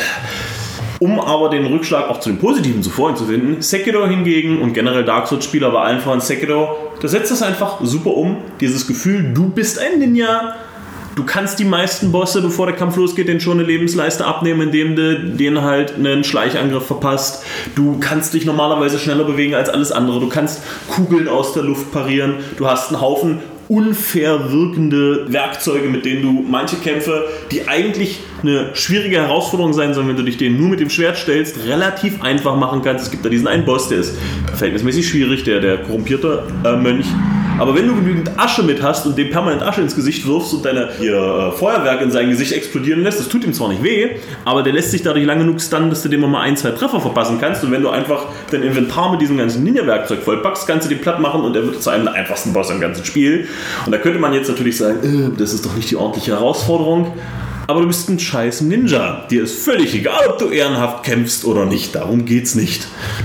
Um aber den Rückschlag auch zu den Positiven zuvor zu finden, Sekiro hingegen und generell Dark Souls-Spieler, aber allen voran Sekiro, da setzt das einfach super um, dieses Gefühl, du bist ein Ninja, du kannst die meisten Bosse, bevor der Kampf losgeht, denen schon eine Lebensleiste abnehmen, indem du denen halt einen Schleichangriff verpasst. Du kannst dich normalerweise schneller bewegen als alles andere. Du kannst Kugeln aus der Luft parieren. Du hast einen Haufen unfair wirkende Werkzeuge, mit denen du manche Kämpfe, die eigentlich eine schwierige Herausforderung sein sollen, wenn du dich denen nur mit dem Schwert stellst, relativ einfach machen kannst. Es gibt da diesen einen Boss, der ist verhältnismäßig schwierig, der, der korrumpierte äh, Mönch. Aber wenn du genügend Asche mit hast und dem permanent Asche ins Gesicht wirfst und deine hier, äh, Feuerwerk in sein Gesicht explodieren lässt, das tut ihm zwar nicht weh, aber der lässt sich dadurch lang genug stunnen, dass du dem mal ein, zwei Treffer verpassen kannst. Und wenn du einfach dein Inventar mit diesem ganzen Ninja-Werkzeug vollpackst, kannst du den platt machen und er wird zu einem der einfachsten Boss im ganzen Spiel. Und da könnte man jetzt natürlich sagen, äh, das ist doch nicht die ordentliche Herausforderung. Aber du bist ein scheiß Ninja. Dir ist völlig egal, ob du ehrenhaft kämpfst oder nicht. Darum geht's nicht.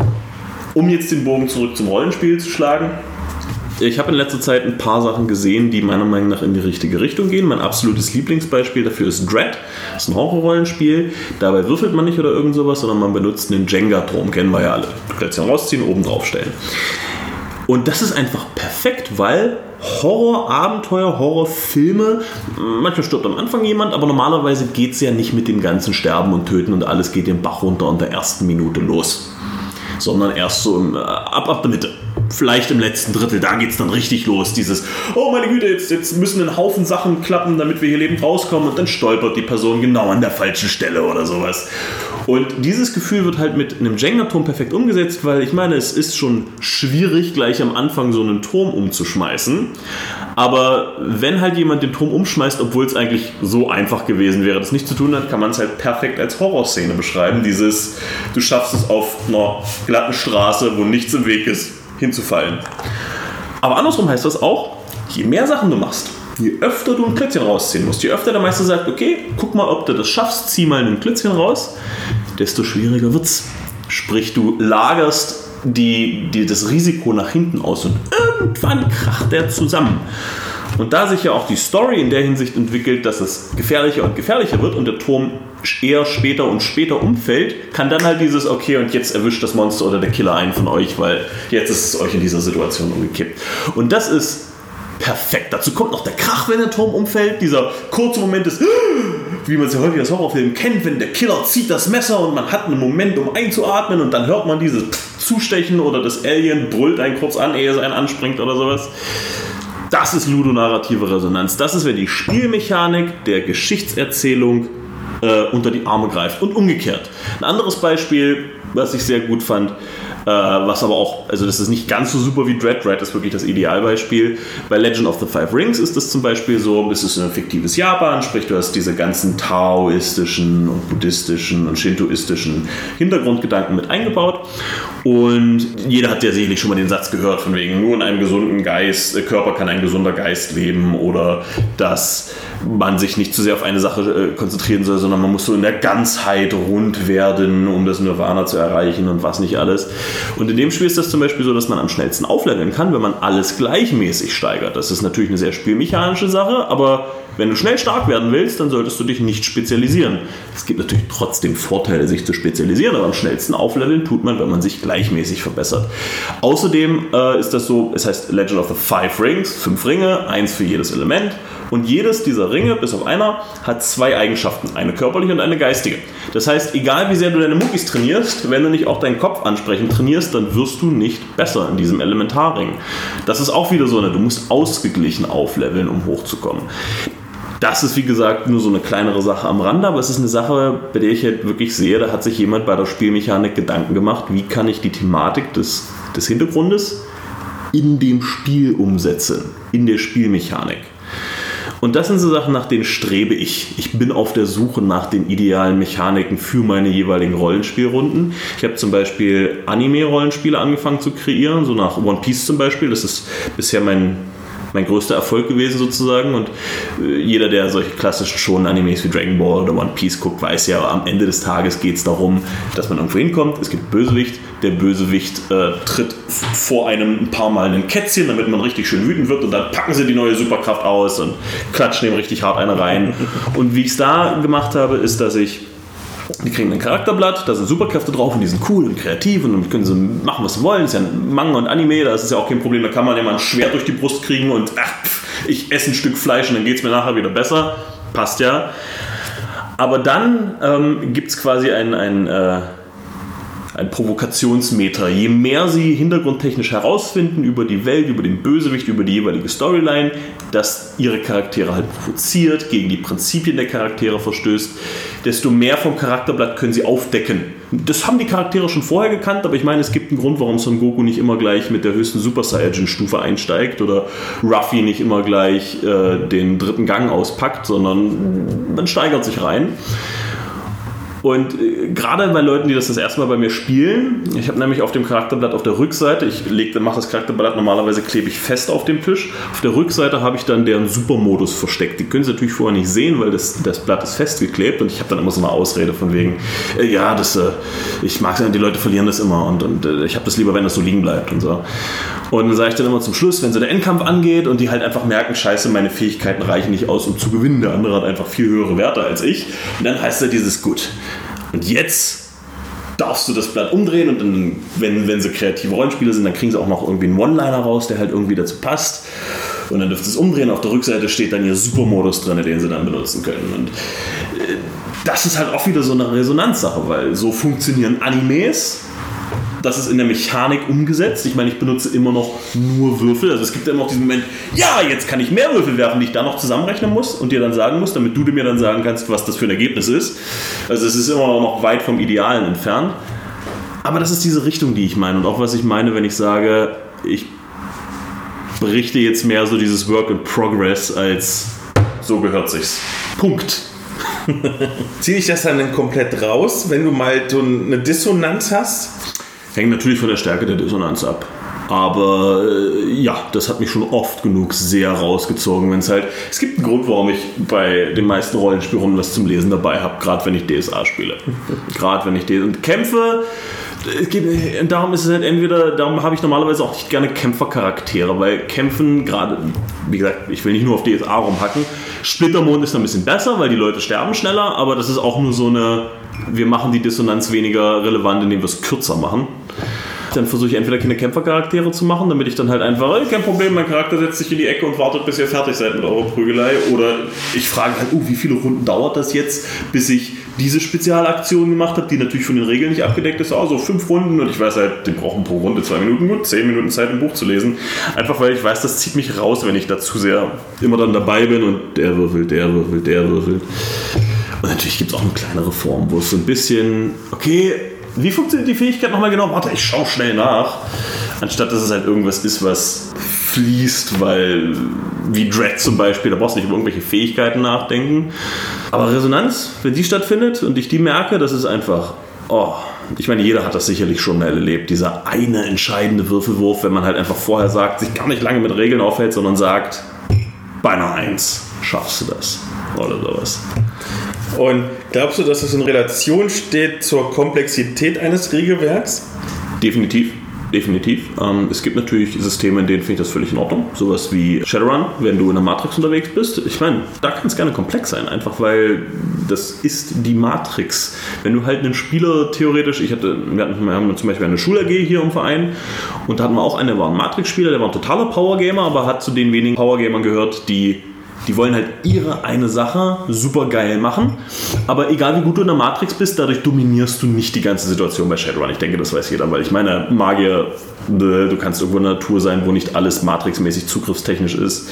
Um jetzt den Bogen zurück zum Rollenspiel zu schlagen. Ich habe in letzter Zeit ein paar Sachen gesehen, die meiner Meinung nach in die richtige Richtung gehen. Mein absolutes Lieblingsbeispiel dafür ist Dread. Das ist ein Horrorrollenspiel. Dabei würfelt man nicht oder irgend sowas, sondern man benutzt einen Jenga-Turm. Kennen wir ja alle. Plätzchen rausziehen, oben drauf stellen. Und das ist einfach perfekt, weil Horror, Abenteuer, Horrorfilme, manchmal stirbt am Anfang jemand, aber normalerweise geht es ja nicht mit dem ganzen Sterben und Töten und alles geht den Bach runter in der ersten Minute los. Sondern erst so im, äh, ab, ab der Mitte. Vielleicht im letzten Drittel, da geht es dann richtig los. Dieses, oh meine Güte, jetzt, jetzt müssen ein Haufen Sachen klappen, damit wir hier lebend rauskommen und dann stolpert die Person genau an der falschen Stelle oder sowas. Und dieses Gefühl wird halt mit einem Jenga-Turm perfekt umgesetzt, weil ich meine, es ist schon schwierig, gleich am Anfang so einen Turm umzuschmeißen. Aber wenn halt jemand den Turm umschmeißt, obwohl es eigentlich so einfach gewesen wäre, das nicht zu tun hat, kann man es halt perfekt als Horrorszene beschreiben. Dieses, du schaffst es auf einer glatten Straße, wo nichts im Weg ist, hinzufallen. Aber andersrum heißt das auch, je mehr Sachen du machst, je öfter du ein Klötzchen rausziehen musst, je öfter der Meister sagt, okay, guck mal, ob du das schaffst, zieh mal ein Klötzchen raus, desto schwieriger wird's. Sprich, du lagerst die, die, das Risiko nach hinten aus und irgendwann kracht der zusammen. Und da sich ja auch die Story in der Hinsicht entwickelt, dass es gefährlicher und gefährlicher wird und der Turm eher später und später umfällt, kann dann halt dieses, okay, und jetzt erwischt das Monster oder der Killer einen von euch, weil jetzt ist es euch in dieser Situation umgekippt. Und das ist perfekt. Dazu kommt noch der Krach, wenn der Turm umfällt. Dieser kurze Moment ist, wie man es ja häufig aus Horrorfilmen kennt, wenn der Killer zieht das Messer und man hat einen Moment, um einzuatmen und dann hört man dieses Zustechen oder das Alien brüllt einen kurz an, ehe es einen anspringt oder sowas. Das ist ludonarrative Resonanz. Das ist, wenn die Spielmechanik der Geschichtserzählung äh, unter die Arme greift und umgekehrt. Ein anderes Beispiel, was ich sehr gut fand, äh, was aber auch, also das ist nicht ganz so super wie Dread. Dread ist wirklich das Idealbeispiel. Bei Legend of the Five Rings ist das zum Beispiel so, es ist ein fiktives Japan, sprich du hast diese ganzen taoistischen und buddhistischen und shintoistischen Hintergrundgedanken mit eingebaut. Und jeder hat ja sicherlich schon mal den Satz gehört, von wegen, nur in einem gesunden Geist, äh, Körper kann ein gesunder Geist leben, oder dass man sich nicht zu sehr auf eine Sache äh, konzentrieren soll, sondern man muss so in der Ganzheit rund werden, um das Nirvana zu erreichen und was nicht alles. Und in dem Spiel ist das zum Beispiel so, dass man am schnellsten aufleveln kann, wenn man alles gleichmäßig steigert. Das ist natürlich eine sehr spielmechanische Sache, aber wenn du schnell stark werden willst, dann solltest du dich nicht spezialisieren. Es gibt natürlich trotzdem Vorteile, sich zu spezialisieren, aber am schnellsten aufleveln tut man, wenn man sich gleichmäßig verbessert. Außerdem äh, ist das so, es heißt Legend of the Five Rings, fünf Ringe, eins für jedes Element. Und jedes dieser Ringe, bis auf einer, hat zwei Eigenschaften, eine körperliche und eine geistige. Das heißt, egal wie sehr du deine Muckis trainierst, wenn du nicht auch deinen Kopf ansprechend trainierst, dann wirst du nicht besser in diesem Elementarring. Das ist auch wieder so eine, du musst ausgeglichen aufleveln, um hochzukommen. Das ist, wie gesagt, nur so eine kleinere Sache am Rande, aber es ist eine Sache, bei der ich halt wirklich sehe, da hat sich jemand bei der Spielmechanik Gedanken gemacht, wie kann ich die Thematik des, des Hintergrundes in dem Spiel umsetzen, in der Spielmechanik. Und das sind so Sachen, nach denen strebe ich. Ich bin auf der Suche nach den idealen Mechaniken für meine jeweiligen Rollenspielrunden. Ich habe zum Beispiel Anime-Rollenspiele angefangen zu kreieren, so nach One Piece zum Beispiel. Das ist bisher mein... mein größter Erfolg gewesen sozusagen, und jeder, der solche klassischen Shonen-Animes wie Dragon Ball oder One Piece guckt, weiß ja, am Ende des Tages geht es darum, dass man irgendwo hinkommt, es gibt Bösewicht, der Bösewicht äh, tritt vor einem ein paar Mal ein Kätzchen, damit man richtig schön wütend wird, und dann packen sie die neue Superkraft aus und klatschen dem richtig hart eine rein. Und wie ich es da gemacht habe, ist, dass ich die kriegen ein Charakterblatt, da sind Superkräfte drauf und die sind cool und kreativ und dann können sie machen, was sie wollen. Das ist ja ein Manga und Anime, da ist es ja auch kein Problem, da kann man ja mal ein Schwert durch die Brust kriegen und ach, ich esse ein Stück Fleisch und dann geht es mir nachher wieder besser. Passt ja. Aber dann ähm, gibt es quasi ein, ein, äh, ein Provokationsmeter. Je mehr sie hintergrundtechnisch herausfinden über die Welt, über den Bösewicht, über die jeweilige Storyline, dass ihre Charaktere halt provoziert, gegen die Prinzipien der Charaktere verstößt, desto mehr vom Charakterblatt können sie aufdecken. Das haben die Charaktere schon vorher gekannt, aber ich meine, es gibt einen Grund, warum Son Goku nicht immer gleich mit der höchsten Super Saiyajin-Stufe einsteigt oder Ruffy nicht immer gleich äh, den dritten Gang auspackt, sondern man steigert sich rein. Und äh, gerade bei Leuten, die das das erste Mal bei mir spielen, ich habe nämlich auf dem Charakterblatt auf der Rückseite, ich mache das Charakterblatt normalerweise klebe ich fest auf dem Tisch, auf der Rückseite habe ich dann deren Supermodus versteckt. Die können sie natürlich vorher nicht sehen, weil das, das Blatt ist festgeklebt, und ich habe dann immer so eine Ausrede von wegen, äh, ja, das, äh, ich mag es, die Leute verlieren das immer, und, und äh, ich habe das lieber, wenn das so liegen bleibt und so. Und dann sage ich dann immer zum Schluss, wenn so der Endkampf angeht und die halt einfach merken, scheiße, meine Fähigkeiten reichen nicht aus, um zu gewinnen, der andere hat einfach viel höhere Werte als ich, und dann heißt ja dieses gut. Und jetzt darfst du das Blatt umdrehen, und dann, wenn, wenn sie kreative Rollenspieler sind, dann kriegen sie auch noch irgendwie einen One-Liner raus, der halt irgendwie dazu passt. Und dann dürft ihr es umdrehen. Auf der Rückseite steht dann ihr Supermodus drin, den sie dann benutzen können. Und äh, das ist halt auch wieder so eine Resonanzsache, weil so funktionieren Animes. Das ist in der Mechanik umgesetzt. Ich meine, ich benutze immer noch nur Würfel. Also es gibt ja immer noch diesen Moment, ja, jetzt kann ich mehr Würfel werfen, die ich da noch zusammenrechnen muss und dir dann sagen muss, damit du mir dann sagen kannst, was das für ein Ergebnis ist. Also es ist immer noch weit vom Idealen entfernt. Aber das ist diese Richtung, die ich meine. Und auch was ich meine, wenn ich sage, ich berichte jetzt mehr so dieses Work in Progress als so gehört sich's. Punkt. Zieh ich das dann komplett raus, wenn du mal so eine Dissonanz hast? Hängt natürlich von der Stärke der Dissonanz ab. Aber äh, ja, das hat mich schon oft genug sehr rausgezogen, wenn es halt... Es gibt einen Grund, warum ich bei den meisten Rollenspielrunden was zum Lesen dabei habe, gerade wenn ich D S A spiele. Gerade wenn ich D S A... Und Kämpfe... Es geht, darum ist es halt entweder, darum habe ich normalerweise auch nicht gerne Kämpfercharaktere, weil Kämpfen gerade, wie gesagt, ich will nicht nur auf D S A rumhacken. Splittermond ist ein bisschen besser, weil die Leute sterben schneller, aber das ist auch nur so eine, wir machen die Dissonanz weniger relevant, indem wir es kürzer machen. Dann versuche ich entweder keine Kämpfercharaktere zu machen, damit ich dann halt einfach, hey, kein Problem, mein Charakter setzt sich in die Ecke und wartet, bis ihr fertig seid mit eurer Prügelei. Oder ich frage halt, oh, wie viele Runden dauert das jetzt, bis ich diese Spezialaktion gemacht habe, die natürlich von den Regeln nicht abgedeckt ist. Also fünf Runden und ich weiß halt, die brauchen pro Runde zwei Minuten, gut, zehn Minuten Zeit, ein Buch zu lesen. Einfach weil ich weiß, das zieht mich raus, wenn ich da zu sehr immer dann dabei bin und der würfelt, der würfelt, der würfelt. Und natürlich gibt es auch eine kleinere Form, wo es so ein bisschen, okay, wie funktioniert die Fähigkeit nochmal genau? Warte, ich schau schnell nach. Anstatt dass es halt irgendwas ist, was fließt, weil wie Dread zum Beispiel, da brauchst du nicht über irgendwelche Fähigkeiten nachdenken. Aber Resonanz, wenn die stattfindet und ich die merke, das ist einfach, oh, ich meine, jeder hat das sicherlich schon mal erlebt, dieser eine entscheidende Würfelwurf, wenn man halt einfach vorher sagt, sich gar nicht lange mit Regeln aufhält, sondern sagt, bei einer Eins schaffst du das oder sowas. Und glaubst du, dass das in Relation steht zur Komplexität eines Regelwerks? Definitiv, definitiv. Ähm, es gibt natürlich Systeme, in denen finde ich das völlig in Ordnung. Sowas wie Shadowrun, wenn du in der Matrix unterwegs bist. Ich meine, da kann es gerne komplex sein, einfach weil das ist die Matrix. Wenn du halt einen Spieler theoretisch, ich hatte, wir, hatten, wir haben zum Beispiel eine Schul-A G hier im Verein und da hatten wir auch einen, der war ein Matrix-Spieler, der war ein totaler Powergamer, aber hat zu den wenigen Powergamern gehört, die Die wollen halt ihre eine Sache super geil machen, aber egal wie gut du in der Matrix bist, dadurch dominierst du nicht die ganze Situation bei Shadowrun. Ich denke, das weiß jeder, weil ich meine, Magier, du kannst irgendwo in der Natur sein, wo nicht alles matrixmäßig zugriffstechnisch ist.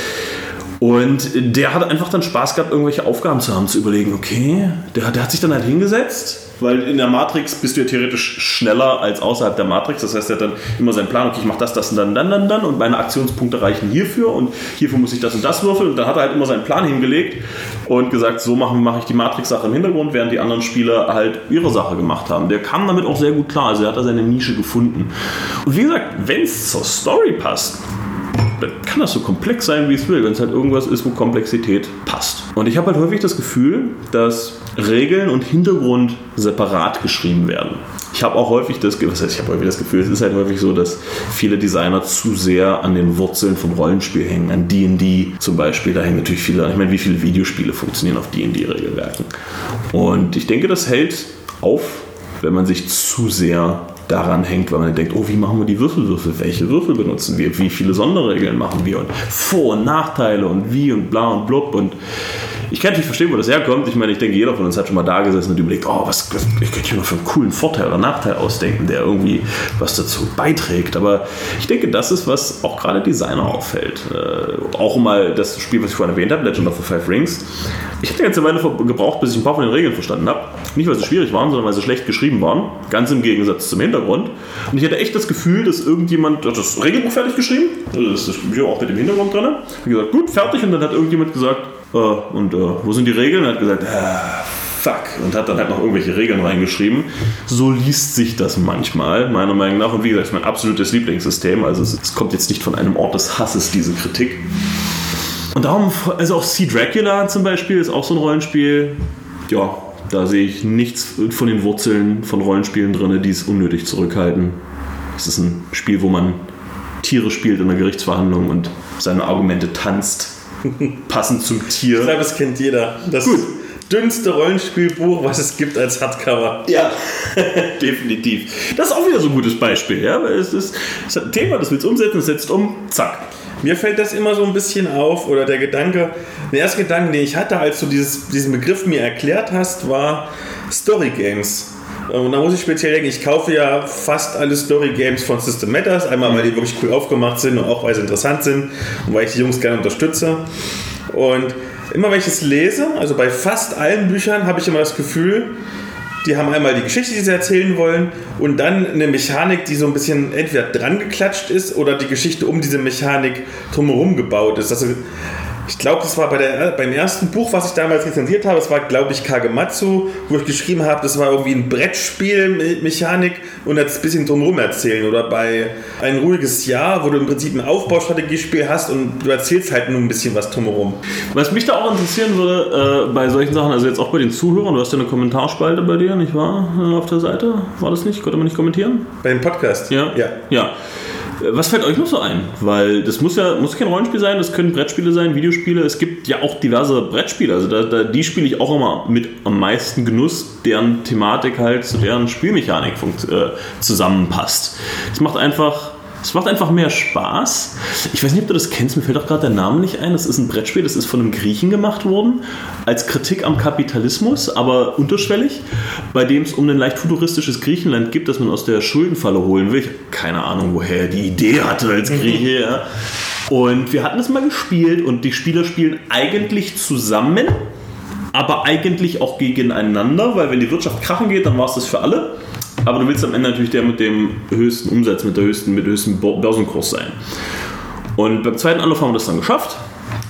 Und der hat einfach dann Spaß gehabt, irgendwelche Aufgaben zu haben, zu überlegen, okay, der, der hat sich dann halt hingesetzt, weil in der Matrix bist du ja theoretisch schneller als außerhalb der Matrix. Das heißt, er hat dann immer seinen Plan, okay, ich mache das, das und dann, dann, dann, dann und meine Aktionspunkte reichen hierfür und hierfür muss ich das und das würfeln. Und dann hat er halt immer seinen Plan hingelegt und gesagt, so mache mach ich die Matrix-Sache im Hintergrund, während die anderen Spieler halt ihre Sache gemacht haben. Der kam damit auch sehr gut klar, also er hat da seine Nische gefunden. Und wie gesagt, wenn es zur Story passt, dann kann das so komplex sein, wie es will, wenn es halt irgendwas ist, wo Komplexität passt. Und ich habe halt häufig das Gefühl, dass Regeln und Hintergrund separat geschrieben werden. Ich habe auch häufig das, was heißt, ich habe häufig das Gefühl, es ist halt häufig so, dass viele Designer zu sehr an den Wurzeln vom Rollenspiel hängen, an D und D zum Beispiel. Da hängen natürlich viele, ich meine, wie viele Videospiele funktionieren auf D und D-Regelwerken. Und ich denke, das hält auf, wenn man sich zu sehr daran hängt, weil man denkt, oh, wie machen wir die Würfelwürfel? Welche Würfel benutzen wir? Wie viele Sonderregeln machen wir? Und Vor- und Nachteile und wie und bla und blub. Und ich kann natürlich verstehen, wo das herkommt. Ich meine, ich denke, jeder von uns hat schon mal da gesessen und überlegt, oh, was, was ich könnte mir für einen coolen Vorteil oder Nachteil ausdenken, der irgendwie was dazu beiträgt. Aber ich denke, das ist, was auch gerade Designer auffällt. Äh, auch mal das Spiel, was ich vorhin erwähnt habe, Legend of the Five Rings. Ich habe eine ganze Weile gebraucht, bis ich ein paar von den Regeln verstanden habe. Nicht, weil sie schwierig waren, sondern weil sie schlecht geschrieben waren. Ganz im Gegensatz zum Hintergrund. Und ich hatte echt das Gefühl, dass irgendjemand, hat das Regelbuch fertig geschrieben, also das ist das auch mit dem Hintergrund drin. Ich habe gesagt, gut, fertig. Und dann hat irgendjemand gesagt, äh, und äh, wo sind die Regeln? Und er hat gesagt, äh, fuck. Und hat dann halt noch irgendwelche Regeln reingeschrieben. So liest sich das manchmal, meiner Meinung nach. Und wie gesagt, es ist mein absolutes Lieblingssystem. Also es, es kommt jetzt nicht von einem Ort des Hasses, diese Kritik. Und darum, also auch Sea Dracula zum Beispiel ist auch so ein Rollenspiel. Ja, da sehe ich nichts von den Wurzeln von Rollenspielen drin, die es unnötig zurückhalten. Es ist ein Spiel, wo man Tiere spielt in einer Gerichtsverhandlung und seine Argumente tanzt, passend zum Tier. Ich glaube, das kennt jeder. Das Gut. dünnste Rollenspielbuch, was es gibt als Hardcover. Ja, definitiv. Das ist auch wieder so ein gutes Beispiel. Ja? Es, ist, es hat ein Thema, das willst du umsetzen, es setzt um, zack. Mir fällt das immer so ein bisschen auf, oder der Gedanke, der erste Gedanke, den ich hatte, als du dieses, diesen Begriff mir erklärt hast, war Story Games. Und da muss ich speziell denken, ich kaufe ja fast alle Story Games von System Matters, einmal weil die wirklich cool aufgemacht sind und auch weil sie interessant sind und weil ich die Jungs gerne unterstütze. Und immer wenn ich es lese, also bei fast allen Büchern, habe ich immer das Gefühl, die haben einmal die Geschichte, die sie erzählen wollen, und dann eine Mechanik, die so ein bisschen entweder dran geklatscht ist oder die Geschichte um diese Mechanik drumherum gebaut ist. Also Ich glaube, das war bei der, beim ersten Buch, was ich damals rezensiert habe, das war, glaube ich, Kagematsu, wo ich geschrieben habe, das war irgendwie ein Brettspiel mit Mechanik und jetzt ein bisschen drumherum erzählen. Oder bei Ein ruhiges Jahr, wo du im Prinzip ein Aufbaustrategiespiel hast und du erzählst halt nur ein bisschen was drumherum. Was mich da auch interessieren würde, äh, bei solchen Sachen, also jetzt auch bei den Zuhörern, du hast ja eine Kommentarspalte bei dir, nicht wahr? Auf der Seite, war das nicht? Konnte man nicht kommentieren? Bei dem Podcast? Ja. Ja. ja. Was fällt euch noch so ein? Weil das muss ja muss kein Rollenspiel sein, das können Brettspiele sein, Videospiele. Es gibt ja auch diverse Brettspiele. Also da, da, die spiele ich auch immer mit am meisten Genuss, deren Thematik halt zu deren Spielmechanik funkt, äh, zusammenpasst. Es macht einfach Es macht einfach mehr Spaß. Ich weiß nicht, ob du das kennst, mir fällt auch gerade der Name nicht ein. Das ist ein Brettspiel, das ist von einem Griechen gemacht worden, als Kritik am Kapitalismus, aber unterschwellig, bei dem es um ein leicht futuristisches Griechenland gibt, das man aus der Schuldenfalle holen will. Ich habe keine Ahnung, woher er die Idee hatte als Grieche. Ja. Und wir hatten es mal gespielt und die Spieler spielen eigentlich zusammen, aber eigentlich auch gegeneinander, weil wenn die Wirtschaft krachen geht, dann war es das für alle. Aber du willst am Ende natürlich der mit dem höchsten Umsatz, mit der höchsten, mit dem höchsten Börsenkurs sein. Und beim zweiten Anlauf haben wir das dann geschafft.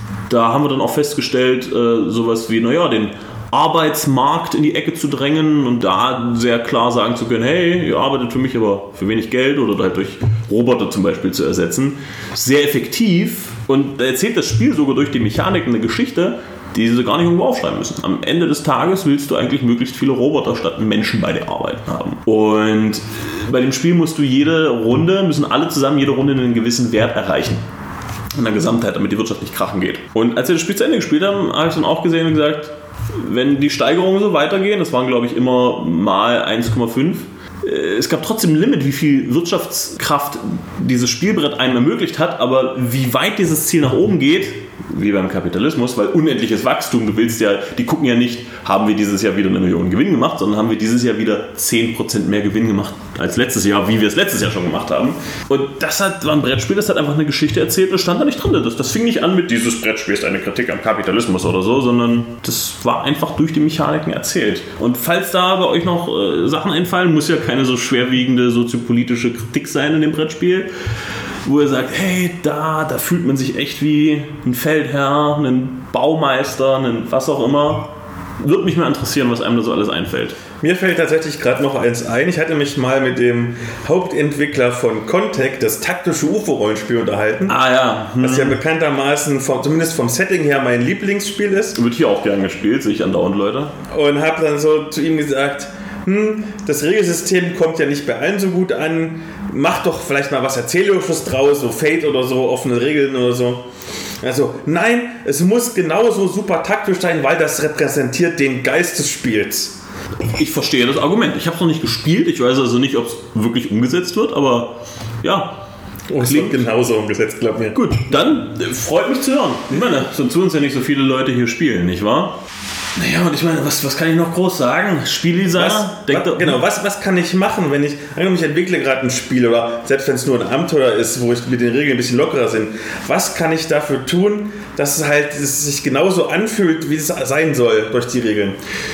Da haben wir dann auch festgestellt, äh, sowas wie, naja, den Arbeitsmarkt in die Ecke zu drängen und da sehr klar sagen zu können, hey, ihr arbeitet für mich aber für wenig Geld oder halt durch Roboter zum Beispiel zu ersetzen. Sehr effektiv und da erzählt das Spiel sogar durch die Mechanik eine Geschichte, die sie gar nicht irgendwo aufschreiben müssen. Am Ende des Tages willst du eigentlich möglichst viele Roboter statt Menschen bei dir arbeiten haben. Und bei dem Spiel musst du jede Runde, müssen alle zusammen jede Runde einen gewissen Wert erreichen. In der Gesamtheit, damit die Wirtschaft nicht krachen geht. Und als wir das Spiel zu Ende gespielt haben, habe ich dann auch gesehen und gesagt, wenn die Steigerungen so weitergehen, das waren glaube ich immer mal eins Komma fünf, es gab trotzdem ein Limit, wie viel Wirtschaftskraft dieses Spielbrett einem ermöglicht hat, aber wie weit dieses Ziel nach oben geht, wie beim Kapitalismus, weil unendliches Wachstum, du willst ja, die gucken ja nicht, haben wir dieses Jahr wieder eine Million Gewinn gemacht, sondern haben wir dieses Jahr wieder zehn Prozent mehr Gewinn gemacht als letztes Jahr, wie wir es letztes Jahr schon gemacht haben. Und das hat, war ein Brettspiel, das hat einfach eine Geschichte erzählt, das stand da nicht drin. Das, das fing nicht an mit, dieses Brettspiel ist eine Kritik am Kapitalismus oder so, sondern das war einfach durch die Mechaniken erzählt. Und falls da bei euch noch äh, Sachen einfallen, muss ja keine so schwerwiegende soziopolitische Kritik sein in dem Brettspiel, wo er sagt, hey, da, da fühlt man sich echt wie ein Feldherr, ein Baumeister, ein was auch immer. Würde mich mal interessieren, was einem da so alles einfällt. Mir fällt tatsächlich gerade noch eins ein. Ich hatte mich mal mit dem Hauptentwickler von Contact, das taktische U F O-Rollenspiel, unterhalten. Ah ja. Hm. Was ja bekanntermaßen, vom, zumindest vom Setting her, mein Lieblingsspiel ist. Wird hier auch gern gespielt, sehe ich andauernd Leute. Und habe dann so zu ihm gesagt, hm, das Regelsystem kommt ja nicht bei allen so gut an. Mach doch vielleicht mal was Erzählerisches draus, so Fate oder so, offene Regeln oder so. Also, nein, es muss genauso super taktisch sein, weil das repräsentiert den Geist des Spiels. Ich verstehe das Argument. Ich habe es noch nicht gespielt, ich weiß also nicht, ob es wirklich umgesetzt wird, aber ja. Oh, es wird genauso umgesetzt, glaub mir. Gut, dann äh, freut mich zu hören. Ich meine, sonst zu uns ja nicht so viele Leute hier spielen, nicht wahr? Naja, und ich meine, was, was kann ich noch groß sagen? Spieldesigner? Was, was, genau, was, was kann ich machen, wenn ich, ich entwickle gerade ein Spiel oder selbst wenn es nur ein Abenteuer ist, wo ich mit den Regeln ein bisschen lockerer bin, was kann ich dafür tun, dass es halt dass es sich genauso anfühlt, wie es sein soll durch die Regeln?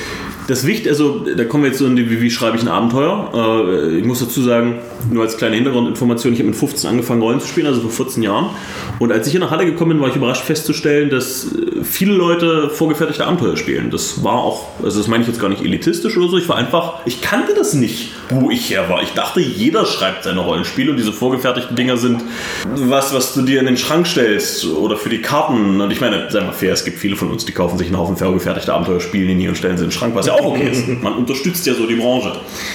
Das Wichtige, also da kommen wir jetzt so in die, wie, wie schreibe ich ein Abenteuer. Äh, ich muss dazu sagen, nur als kleine Hintergrundinformation, ich habe mit fünfzehn angefangen Rollen zu spielen, also vor vierzehn Jahren. Und als ich in der Halle gekommen bin, war ich überrascht festzustellen, dass viele Leute vorgefertigte Abenteuer spielen. Das war auch, also das meine ich jetzt gar nicht elitistisch oder so, ich war einfach, ich kannte das nicht, wo ich her war. Ich dachte, jeder schreibt seine Rollenspiele und diese vorgefertigten Dinger sind was, was du dir in den Schrank stellst oder für die Karten. Und ich meine, sei mal fair, es gibt viele von uns, die kaufen sich einen Haufen vorgefertigte Abenteuer, spielen in hier und stellen sie in den Schrank, was ja auch okay ist. Man unterstützt ja so die Branche.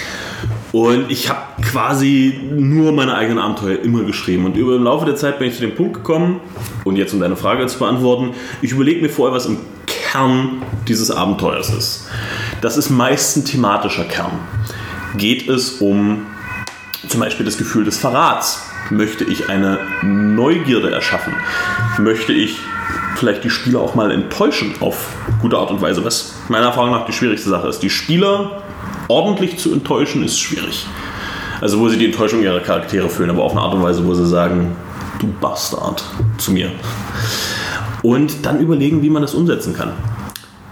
Und ich habe quasi nur meine eigenen Abenteuer immer geschrieben. Und über den Laufe der Zeit bin ich zu dem Punkt gekommen, und jetzt um deine Frage zu beantworten, ich überlege mir vorher, was im Kern dieses Abenteuers ist. Das ist meist ein thematischer Kern. Geht es um zum Beispiel das Gefühl des Verrats? Möchte ich eine Neugierde erschaffen? Möchte ich vielleicht die Spieler auch mal enttäuschen auf gute Art und Weise? Was meiner Erfahrung nach die schwierigste Sache ist. Die Spieler ordentlich zu enttäuschen ist schwierig. Also wo sie die Enttäuschung ihrer Charaktere fühlen, aber auf eine Art und Weise, wo sie sagen, du Bastard, zu mir. Und dann überlegen, wie man das umsetzen kann.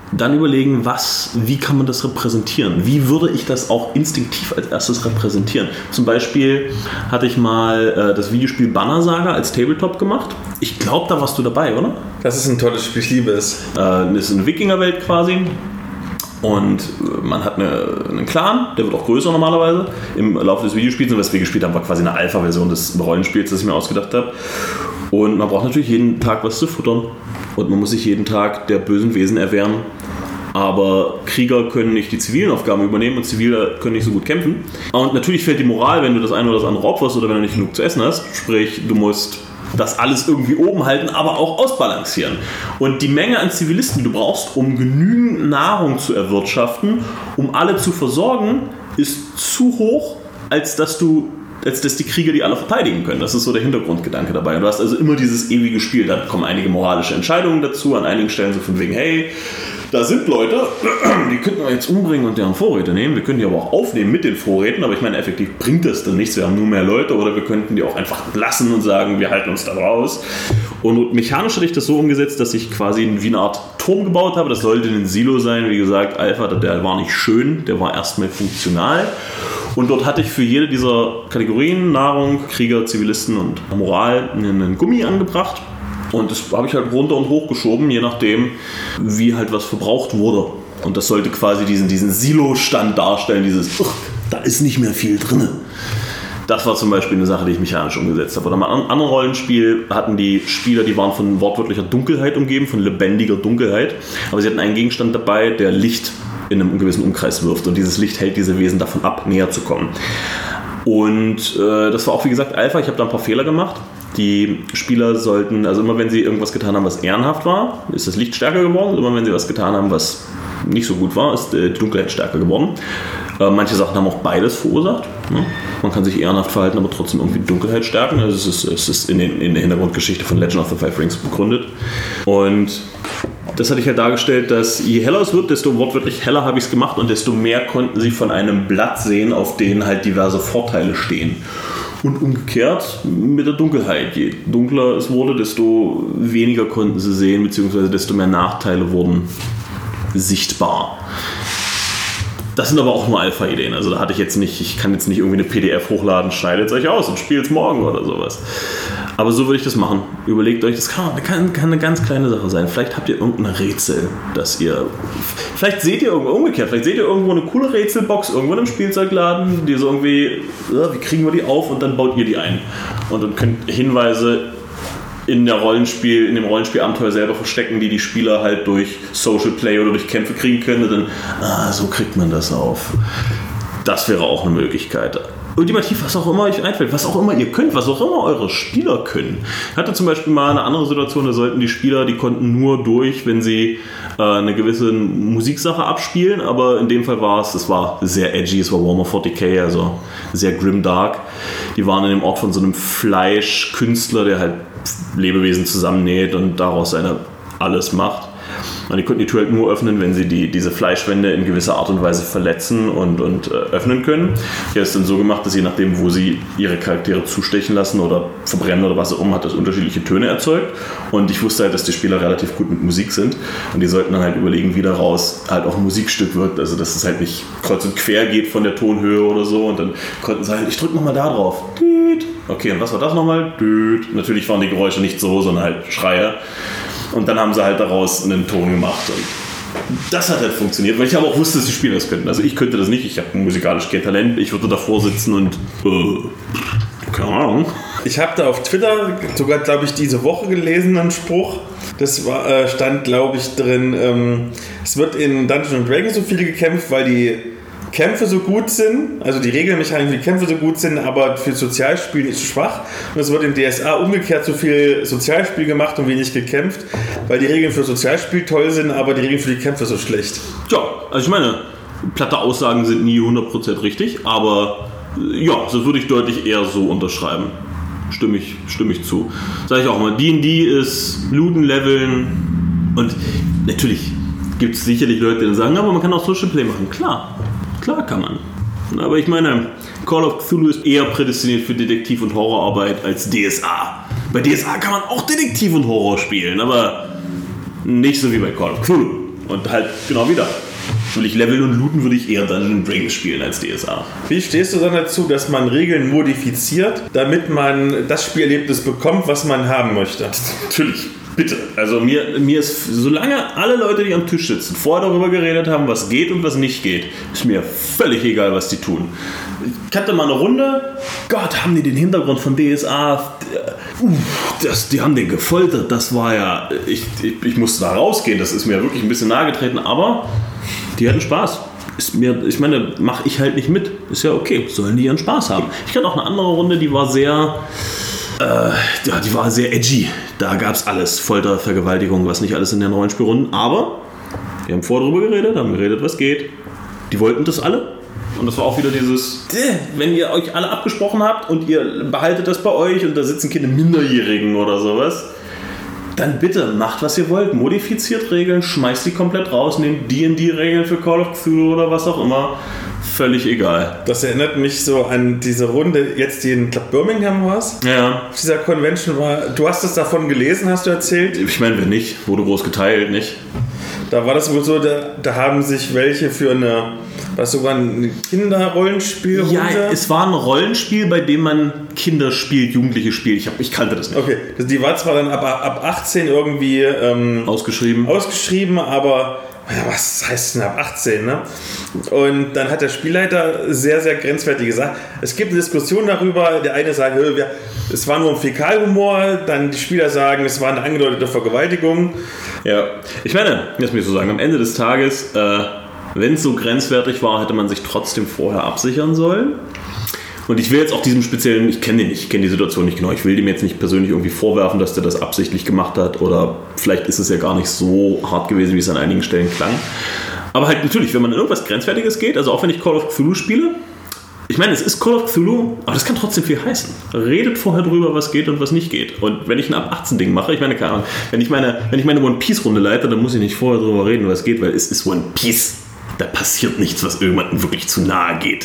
dann überlegen, was, wie kann man das repräsentieren? Wie würde ich das auch instinktiv als erstes repräsentieren? Zum Beispiel hatte ich mal äh, das Videospiel Banner Saga als Tabletop gemacht. Ich glaube, da warst du dabei, oder? Das ist ein tolles Spiel, ich liebe es. Äh, das ist eine Wikingerwelt quasi. Und man hat eine, einen Clan, der wird auch größer normalerweise im Laufe des Videospiels. Und was wir gespielt haben, war quasi eine Alpha-Version des Rollenspiels, das ich mir ausgedacht habe. Und man braucht natürlich jeden Tag was zu futtern. Und man muss sich jeden Tag der bösen Wesen erwehren. Aber Krieger können nicht die zivilen Aufgaben übernehmen und Zivile können nicht so gut kämpfen. Und natürlich fällt die Moral, wenn du das eine oder das andere opferst oder wenn du nicht genug zu essen hast. Sprich, du musst das alles irgendwie oben halten, aber auch ausbalancieren. Und die Menge an Zivilisten, die du brauchst, um genügend Nahrung zu erwirtschaften, um alle zu versorgen, ist zu hoch, als dass du als dass die Krieger die alle verteidigen können. Das ist so der Hintergrundgedanke dabei. Und du hast also immer dieses ewige Spiel. Da kommen einige moralische Entscheidungen dazu, an einigen Stellen so von wegen, hey, da sind Leute, die könnten wir jetzt umbringen und deren Vorräte nehmen. Wir können die aber auch aufnehmen mit den Vorräten, aber ich meine, effektiv bringt das dann nichts. Wir haben nur mehr Leute oder wir könnten die auch einfach lassen und sagen, wir halten uns da raus. Und mechanisch hatte ich das so umgesetzt, dass ich quasi wie eine Art Turm gebaut habe. Das sollte ein Silo sein. Wie gesagt, Alpha, der war nicht schön, der war erstmal funktional. Und dort hatte ich für jede dieser Kategorien, Nahrung, Krieger, Zivilisten und Moral, einen Gummi angebracht. Und das habe ich halt runter und hoch geschoben, je nachdem, wie halt was verbraucht wurde. Und das sollte quasi diesen, diesen Silo-Stand darstellen, dieses, da ist nicht mehr viel drin. Das war zum Beispiel eine Sache, die ich mechanisch umgesetzt habe. Oder in einem anderen Rollenspiel hatten die Spieler, die waren von wortwörtlicher Dunkelheit umgeben, von lebendiger Dunkelheit. Aber sie hatten einen Gegenstand dabei, der Licht in einem gewissen Umkreis wirft. Und dieses Licht hält diese Wesen davon ab, näher zu kommen. Und äh, das war auch, wie gesagt, Alpha. Ich habe da ein paar Fehler gemacht. Die Spieler sollten, also immer wenn sie irgendwas getan haben, was ehrenhaft war, ist das Licht stärker geworden. Immer wenn sie was getan haben, was nicht so gut war, ist die Dunkelheit stärker geworden. Äh, manche Sachen haben auch beides verursacht. Ne? Man kann sich ehrenhaft verhalten, aber trotzdem irgendwie Dunkelheit stärken. Also es ist, es ist in, den, in der Hintergrundgeschichte von Legend of the Five Rings begründet. Und das hatte ich halt dargestellt, dass je heller es wird, desto wortwörtlich heller habe ich es gemacht und desto mehr konnten sie von einem Blatt sehen, auf denen halt diverse Vorteile stehen. Und umgekehrt mit der Dunkelheit. Je dunkler es wurde, desto weniger konnten sie sehen, beziehungsweise desto mehr Nachteile wurden sichtbar. Das sind aber auch nur Alpha-Ideen. Also da hatte ich jetzt nicht, ich kann jetzt nicht irgendwie eine P D F hochladen, schneidet es euch aus und spielt es morgen oder sowas. Aber so würde ich das machen. Überlegt euch, das kann, kann, kann eine ganz kleine Sache sein. Vielleicht habt ihr irgendein Rätsel, das ihr... Vielleicht seht ihr irgendwo umgekehrt, vielleicht seht ihr irgendwo eine coole Rätselbox irgendwo im Spielzeugladen, die so irgendwie, ja, wie kriegen wir die auf und dann baut ihr die ein. Und dann könnt Hinweise in der Rollenspiel, in dem Rollenspielabenteuer selber verstecken, die die Spieler halt durch Social Play oder durch Kämpfe kriegen können. Und dann, ah, so kriegt man das auf. Das wäre auch eine Möglichkeit. Ultimativ, was auch immer euch einfällt, was auch immer ihr könnt, was auch immer eure Spieler können. Ich hatte zum Beispiel mal eine andere Situation, da sollten die Spieler, die konnten nur durch, wenn sie äh, eine gewisse Musiksache abspielen, aber in dem Fall war es, es war sehr edgy, es war Warhammer forty K, also sehr grimdark. Die waren in dem Ort von so einem Fleischkünstler, der halt Lebewesen zusammennäht und daraus seine alles macht. Und die konnten die Tür halt nur öffnen, wenn sie die, diese Fleischwände in gewisser Art und Weise verletzen und, und äh, öffnen können. Ich habe es dann so gemacht, dass je nachdem, wo sie ihre Charaktere zustechen lassen oder verbrennen oder was auch immer, hat das unterschiedliche Töne erzeugt. Und ich wusste halt, dass die Spieler relativ gut mit Musik sind. Und die sollten dann halt überlegen, wie daraus halt auch ein Musikstück wird. Also dass es halt nicht kreuz und quer geht von der Tonhöhe oder so. Und dann konnten sie halt, ich drücke nochmal da drauf. Okay, und was war das nochmal? Natürlich waren die Geräusche nicht so, sondern halt Schreie. Und dann haben sie halt daraus einen Ton gemacht. Und das hat halt funktioniert, weil ich aber auch wusste, dass die Spieler das könnten. Also ich könnte das nicht, ich habe musikalisch kein Talent. Ich würde davor sitzen und äh, keine Ahnung. Ich habe da auf Twitter sogar, glaube ich, diese Woche gelesen, einen Spruch. Das war, äh, stand, glaube ich, drin, ähm, es wird in Dungeons and Dragons so viel gekämpft, weil die Kämpfe so gut sind, also die Regelmechaniken für die Kämpfe so gut sind, aber für Sozialspiel nicht so schwach. Und es wird im D S A umgekehrt so viel Sozialspiel gemacht und wenig gekämpft, weil die Regeln für Sozialspiel toll sind, aber die Regeln für die Kämpfe so schlecht. Ja, also ich meine, platte Aussagen sind nie hundert Prozent richtig, aber ja, das würde ich deutlich eher so unterschreiben. Stimme ich, stimme ich zu. Sag ich auch mal, D und D ist Looten, Leveln und natürlich gibt es sicherlich Leute, die dann sagen, aber man kann auch Social Play machen. Klar. Klar kann man. Aber ich meine, Call of Cthulhu ist eher prädestiniert für Detektiv- und Horrorarbeit als D S A. Bei D S A kann man auch Detektiv und Horror spielen, aber nicht so wie bei Call of Cthulhu. Und halt genau wieder. Will ich leveln und looten, würde ich eher Dungeons and Dragons spielen als D S A. Wie stehst du dann dazu, dass man Regeln modifiziert, damit man das Spielerlebnis bekommt, was man haben möchte? Natürlich, bitte. Also mir, mir ist, solange alle Leute, die am Tisch sitzen, vorher darüber geredet haben, was geht und was nicht geht, ist mir völlig egal, was die tun. Ich hatte mal eine Runde, Gott, haben die den Hintergrund von D S A, uh, das, die haben den gefoltert, das war ja, ich, ich, ich musste da rausgehen, das ist mir wirklich ein bisschen nahe getreten, aber die hatten Spaß. Ist mir, ich meine, mache ich halt nicht mit. Ist ja okay, sollen die ihren Spaß haben. Ich hatte auch eine andere Runde, die war sehr, äh, ja, die war sehr edgy. Da gab es alles, Folter, Vergewaltigung, was nicht alles in den Rollenspielrunden. Aber wir haben vorher drüber geredet, haben geredet, was geht. Die wollten das alle. Und das war auch wieder dieses, wenn ihr euch alle abgesprochen habt und ihr behaltet das bei euch und da sitzen keine Minderjährigen oder sowas, dann bitte macht, was ihr wollt. Modifiziert Regeln, schmeißt die komplett raus, nehmt D und D-Regeln für Call of Cthulhu oder was auch immer. Völlig egal. Das erinnert mich so an diese Runde, jetzt die in Club Birmingham war. Ja. Auf dieser Convention war. Du hast es davon gelesen, hast du erzählt? Ich meine, wenn nicht, wurde groß geteilt, nicht? Da war das wohl so, da, da haben sich welche für eine, was sogar ein Kinderrollenspiel. Ja, es war ein Rollenspiel, bei dem man Kinder spielt, Jugendliche spielt. Ich, hab, ich kannte das nicht. Okay, die war zwar dann ab, ab achtzehn irgendwie ähm, ausgeschrieben. ausgeschrieben, aber ja, was heißt denn ab achtzehn, ne? Und dann hat der Spielleiter sehr, sehr grenzwertig gesagt, es gibt eine Diskussion darüber, der eine sagt, es war nur ein Fäkalhumor, dann die Spieler sagen, es war eine angedeutete Vergewaltigung. Ja, ich meine, das muss ich so sagen, am Ende des Tages, äh, wenn es so grenzwertig war, hätte man sich trotzdem vorher absichern sollen. Und ich will jetzt auch diesem speziellen, ich kenne den nicht, ich kenne die Situation nicht genau, ich will dem jetzt nicht persönlich irgendwie vorwerfen, dass der das absichtlich gemacht hat oder vielleicht ist es ja gar nicht so hart gewesen, wie es an einigen Stellen klang. Aber halt natürlich, wenn man in irgendwas Grenzwertiges geht, also auch wenn ich Call of Cthulhu spiele, ich meine, es ist Call of Cthulhu, aber das kann trotzdem viel heißen. Redet vorher drüber, was geht und was nicht geht. Und wenn ich ein ab achtzehn Ding mache, ich meine, keine Ahnung, wenn ich meine, wenn ich meine One Piece Runde leite, dann muss ich nicht vorher drüber reden, was geht, weil es ist One Piece. Da passiert nichts, was irgendjemandem wirklich zu nahe geht.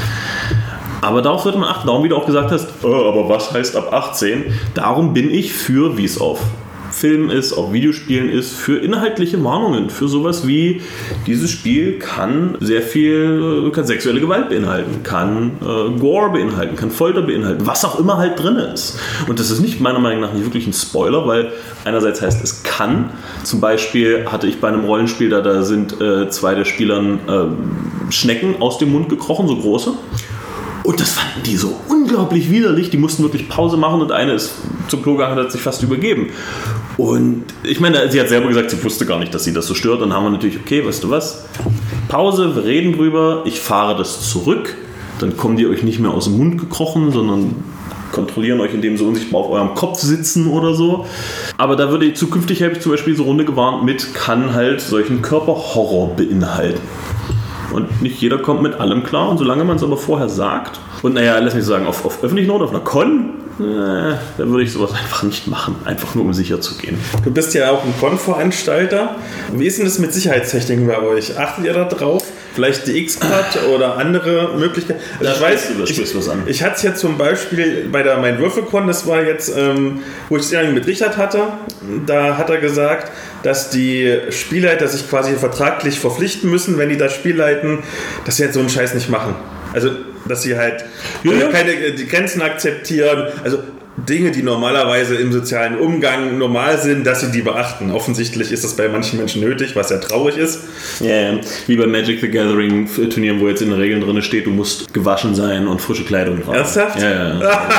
Aber darauf sollte man achten, darum wie du auch gesagt hast, oh, aber was heißt ab achtzehn? Darum bin ich für, wie es auf Filmen ist, auf Videospielen ist, für inhaltliche Warnungen, für sowas wie, dieses Spiel kann sehr viel, kann sexuelle Gewalt beinhalten, kann äh, Gore beinhalten, kann Folter beinhalten, was auch immer halt drin ist. Und das ist nicht meiner Meinung nach nicht wirklich ein Spoiler, weil einerseits heißt es kann, zum Beispiel hatte ich bei einem Rollenspiel, da, da sind äh, zwei der Spielern äh, Schnecken aus dem Mund gekrochen, so große. Und das fanden die so unglaublich widerlich, die mussten wirklich Pause machen und eine ist zum Klo gegangen und hat sich fast übergeben. Und ich meine, sie hat selber gesagt, sie wusste gar nicht, dass sie das so stört. Dann haben wir natürlich, okay, weißt du was, Pause, wir reden drüber, ich fahre das zurück, dann kommen die euch nicht mehr aus dem Mund gekrochen, sondern kontrollieren euch, indem sie unsichtbar auf eurem Kopf sitzen oder so. Aber da würde ich zukünftig, habe ich zum Beispiel so Runde gewarnt mit, kann halt solchen Körperhorror beinhalten. Und nicht jeder kommt mit allem klar. Und solange man es aber vorher sagt, und naja, lass mich sagen, auf, auf öffentlichen Noten, auf einer Con, äh, da würde ich sowas einfach nicht machen. Einfach nur, um sicher zu gehen. Du bist ja auch ein Con-Veranstalter. Wie ist denn das mit Sicherheitstechniken bei euch? Achtet ihr da drauf? Vielleicht die X-Card oder andere Möglichkeiten? Also ich weiß, du, ich, was an. ich hatte es ja zum Beispiel bei der Mein Würfelcon, das war jetzt, ähm, wo ich es irgendwie mit Richard hatte, da hat er gesagt, dass die Spielleiter sich quasi vertraglich verpflichten müssen, wenn die das Spiel leiten, dass sie halt so einen Scheiß nicht machen. Also, dass sie halt ja, ja. keine die Grenzen akzeptieren, also Dinge, die normalerweise im sozialen Umgang normal sind, dass sie die beachten. Offensichtlich ist das bei manchen Menschen nötig, was ja traurig ist. Ja, yeah, wie bei Magic the Gathering Turnieren, wo jetzt in den Regeln drin steht, du musst gewaschen sein und frische Kleidung tragen. Ernsthaft? Ja, ja.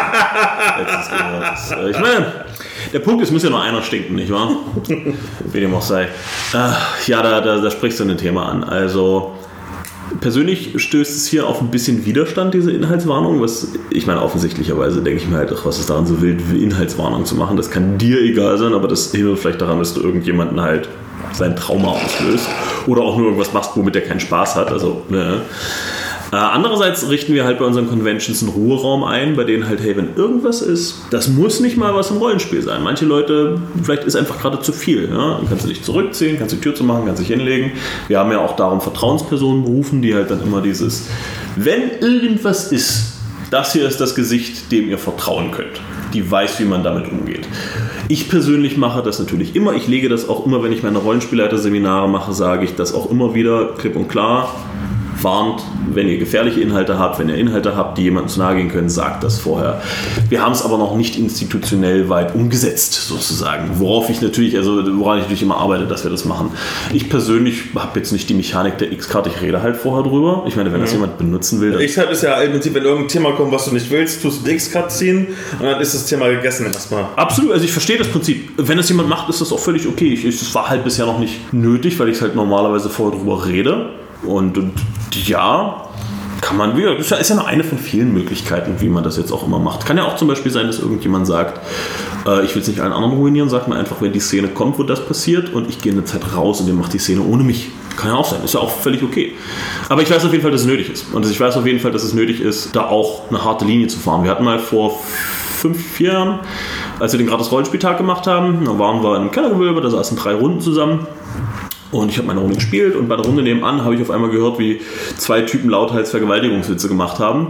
ja. Ich meine, der Punkt ist, es muss ja nur einer stinken, nicht wahr? Wie dem auch sei. Ja, da, da, da sprichst du ein Thema an. Also persönlich stößt es hier auf ein bisschen Widerstand, diese Inhaltswarnung, was ich meine, offensichtlicherweise denke ich mir halt, ach, was ist daran so wild, Inhaltswarnung zu machen, das kann dir egal sein, aber das hindert vielleicht daran, dass du irgendjemanden halt sein Trauma auslöst oder auch nur irgendwas machst, womit der keinen Spaß hat, also ne. Äh, andererseits richten wir halt bei unseren Conventions einen Ruheraum ein, bei denen halt, hey, wenn irgendwas ist, das muss nicht mal was im Rollenspiel sein. Manche Leute, vielleicht ist einfach gerade zu viel. Ja? Dann kannst du dich zurückziehen, kannst die Tür zu machen, kannst dich hinlegen. Wir haben ja auch darum Vertrauenspersonen berufen, die halt dann immer dieses, wenn irgendwas ist, das hier ist das Gesicht, dem ihr vertrauen könnt. Die weiß, wie man damit umgeht. Ich persönlich mache das natürlich immer. Ich lege das auch immer, wenn ich meine Rollenspielleiter-Seminare mache, sage ich das auch immer wieder klipp und klar. Warnt, wenn ihr gefährliche Inhalte habt, wenn ihr Inhalte habt, die jemandem zu nahe gehen können, sagt das vorher. Wir haben es aber noch nicht institutionell weit umgesetzt, sozusagen. Worauf ich natürlich, also woran ich natürlich immer arbeite, dass wir das machen. Ich persönlich habe jetzt nicht die Mechanik der X-Card, ich rede halt vorher drüber. Ich meine, wenn das mhm. jemand benutzen will. X-Card ist ja im Prinzip, wenn irgendein Thema kommt, was du nicht willst, tust du die X-Card ziehen und dann ist das Thema gegessen erstmal. Absolut, also ich verstehe das Prinzip. Wenn das jemand macht, ist das auch völlig okay. Es war halt bisher noch nicht nötig, weil ich halt normalerweise vorher drüber rede. Und, und ja, kann man wieder. Das ist ja nur eine von vielen Möglichkeiten, wie man das jetzt auch immer macht. Kann ja auch zum Beispiel sein, dass irgendjemand sagt, äh, ich will es nicht allen anderen ruinieren, sagt mir einfach, wenn die Szene kommt, wo das passiert und ich gehe eine Zeit raus und der macht die Szene ohne mich. Kann ja auch sein, ist ja auch völlig okay. Aber ich weiß auf jeden Fall, dass es nötig ist. Und ich weiß auf jeden Fall, dass es nötig ist, da auch eine harte Linie zu fahren. Wir hatten mal vor fünf, vier Jahren, als wir den gratis Rollenspieltag gemacht haben, da waren wir im Kellergewölbe, da saßen drei Runden zusammen. Und ich habe meine Runde gespielt und bei der Runde nebenan habe ich auf einmal gehört, wie zwei Typen lauthals Vergewaltigungswitze gemacht haben.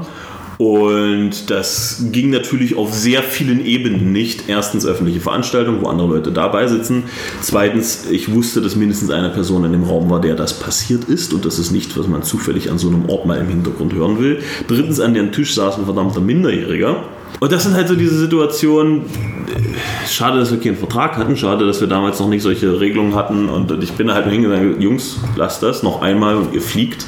Und das ging natürlich auf sehr vielen Ebenen nicht. Erstens öffentliche Veranstaltungen, wo andere Leute dabei sitzen. Zweitens, ich wusste, dass mindestens eine Person in dem Raum war, der das passiert ist. Und das ist nicht, was man zufällig an so einem Ort mal im Hintergrund hören will. Drittens, an dem Tisch saß ein verdammter Minderjähriger. Und das sind halt so diese Situationen, schade, dass wir keinen Vertrag hatten, schade, dass wir damals noch nicht solche Regelungen hatten und ich bin da halt nur hingegangen, Jungs, lasst das noch einmal und ihr fliegt.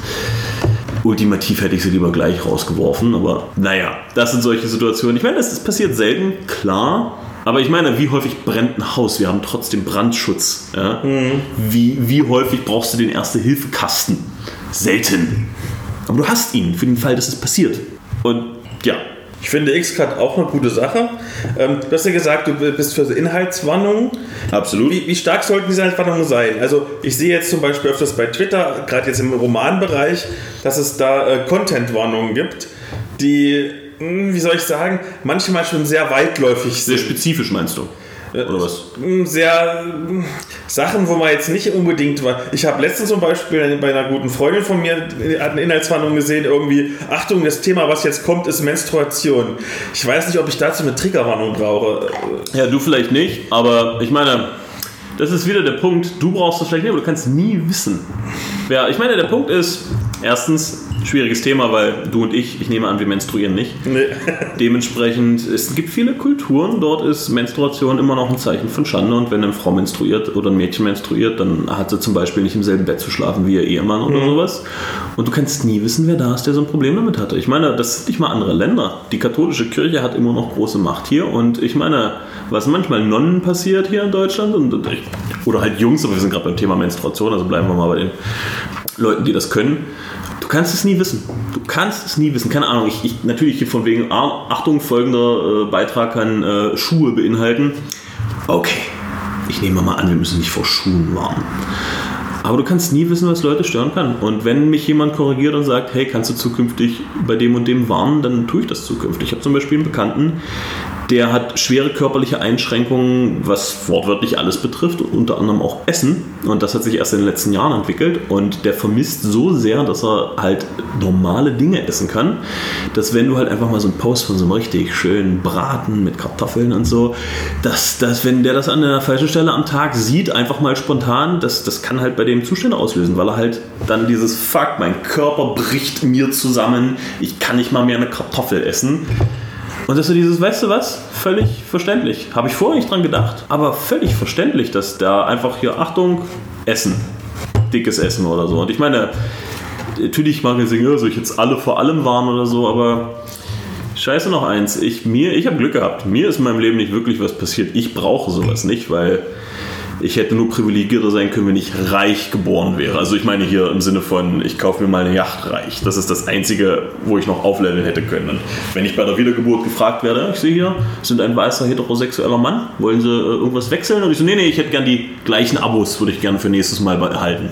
Ultimativ hätte ich sie lieber gleich rausgeworfen, aber naja, das sind solche Situationen. Ich meine, das, das passiert selten, klar, aber ich meine, wie häufig brennt ein Haus? Wir haben trotzdem Brandschutz. Ja? Mhm. Wie, wie häufig brauchst du den Erste-Hilfe-Kasten? Selten. Aber du hast ihn für den Fall, dass es passiert. Und ja, ich finde X-Card auch eine gute Sache. Ähm, du hast ja gesagt, du bist für Inhaltswarnungen. Absolut. Wie, wie stark sollten diese Inhaltswarnungen sein? Also ich sehe jetzt zum Beispiel öfters bei Twitter, gerade jetzt im Romanbereich, dass es da äh, Content-Warnungen gibt, die, mh, wie soll ich sagen, manchmal schon sehr weitläufig sind. Sehr spezifisch meinst du? Oder was? Sehr Sachen, wo man jetzt nicht unbedingt war. Ich habe letztens zum Beispiel bei einer guten Freundin von mir hat eine Inhaltswarnung gesehen, irgendwie, Achtung, das Thema, was jetzt kommt, ist Menstruation. Ich weiß nicht, ob ich dazu eine Triggerwarnung brauche. Ja, du vielleicht nicht, aber ich meine, das ist wieder der Punkt, du brauchst das vielleicht nicht, aber du kannst nie wissen. Ja, ich meine, der Punkt ist, erstens, schwieriges Thema, weil du und ich, ich nehme an, wir menstruieren nicht. Nee. Dementsprechend, es gibt viele Kulturen, dort ist Menstruation immer noch ein Zeichen von Schande und wenn eine Frau menstruiert oder ein Mädchen menstruiert, dann hat sie zum Beispiel nicht im selben Bett zu schlafen wie ihr Ehemann oder mhm. sowas. Und du kannst nie wissen, wer da ist, der so ein Problem damit hatte. Ich meine, das sind nicht mal andere Länder. Die katholische Kirche hat immer noch große Macht hier und ich meine, was manchmal Nonnen passiert hier in Deutschland und, und oder halt Jungs, aber wir sind gerade beim Thema Menstruation, also bleiben wir mal bei den Leuten, die das können. Du kannst es nie wissen. Du kannst es nie wissen. Keine Ahnung. Ich, ich natürlich hier von wegen Achtung, folgender äh, Beitrag kann äh, Schuhe beinhalten. Okay, ich nehme mal an, wir müssen nicht vor Schuhen warnen. Aber du kannst nie wissen, was Leute stören kann. Und wenn mich jemand korrigiert und sagt, hey, kannst du zukünftig bei dem und dem warnen, dann tue ich das zukünftig. Ich habe zum Beispiel einen Bekannten, der hat schwere körperliche Einschränkungen, was wortwörtlich alles betrifft, und unter anderem auch Essen. Und das hat sich erst in den letzten Jahren entwickelt. Und der vermisst so sehr, dass er halt normale Dinge essen kann, dass wenn du halt einfach mal so einen Post von so einem richtig schönen Braten mit Kartoffeln und so, dass, dass wenn der das an der falschen Stelle am Tag sieht, einfach mal spontan, das, das kann halt bei dem Zustände auslösen, weil er halt dann dieses Fuck, mein Körper bricht mir zusammen, ich kann nicht mal mehr eine Kartoffel essen. Und das ist so dieses, weißt du was, völlig verständlich. Habe ich vorher nicht dran gedacht, aber völlig verständlich, dass da einfach hier, Achtung, Essen, dickes Essen oder so. Und ich meine, natürlich mag ich sagen, soll ich jetzt alle vor allem warnen oder so, aber scheiße noch eins, ich, mir, ich habe Glück gehabt. Mir ist in meinem Leben nicht wirklich was passiert. Ich brauche sowas nicht, weil ich hätte nur privilegierter sein können, wenn ich reich geboren wäre. Also ich meine hier im Sinne von, ich kaufe mir mal eine Yacht reich. Das ist das Einzige, wo ich noch aufleveln hätte können. Und wenn ich bei der Wiedergeburt gefragt werde, ich sehe hier, sind ein weißer heterosexueller Mann, wollen sie äh, irgendwas wechseln? Und ich so, nee, nee, ich hätte gern die gleichen Abos, würde ich gerne für nächstes Mal behalten.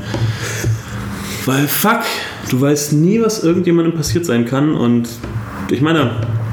Weil fuck, du weißt nie, was irgendjemandem passiert sein kann und ich meine,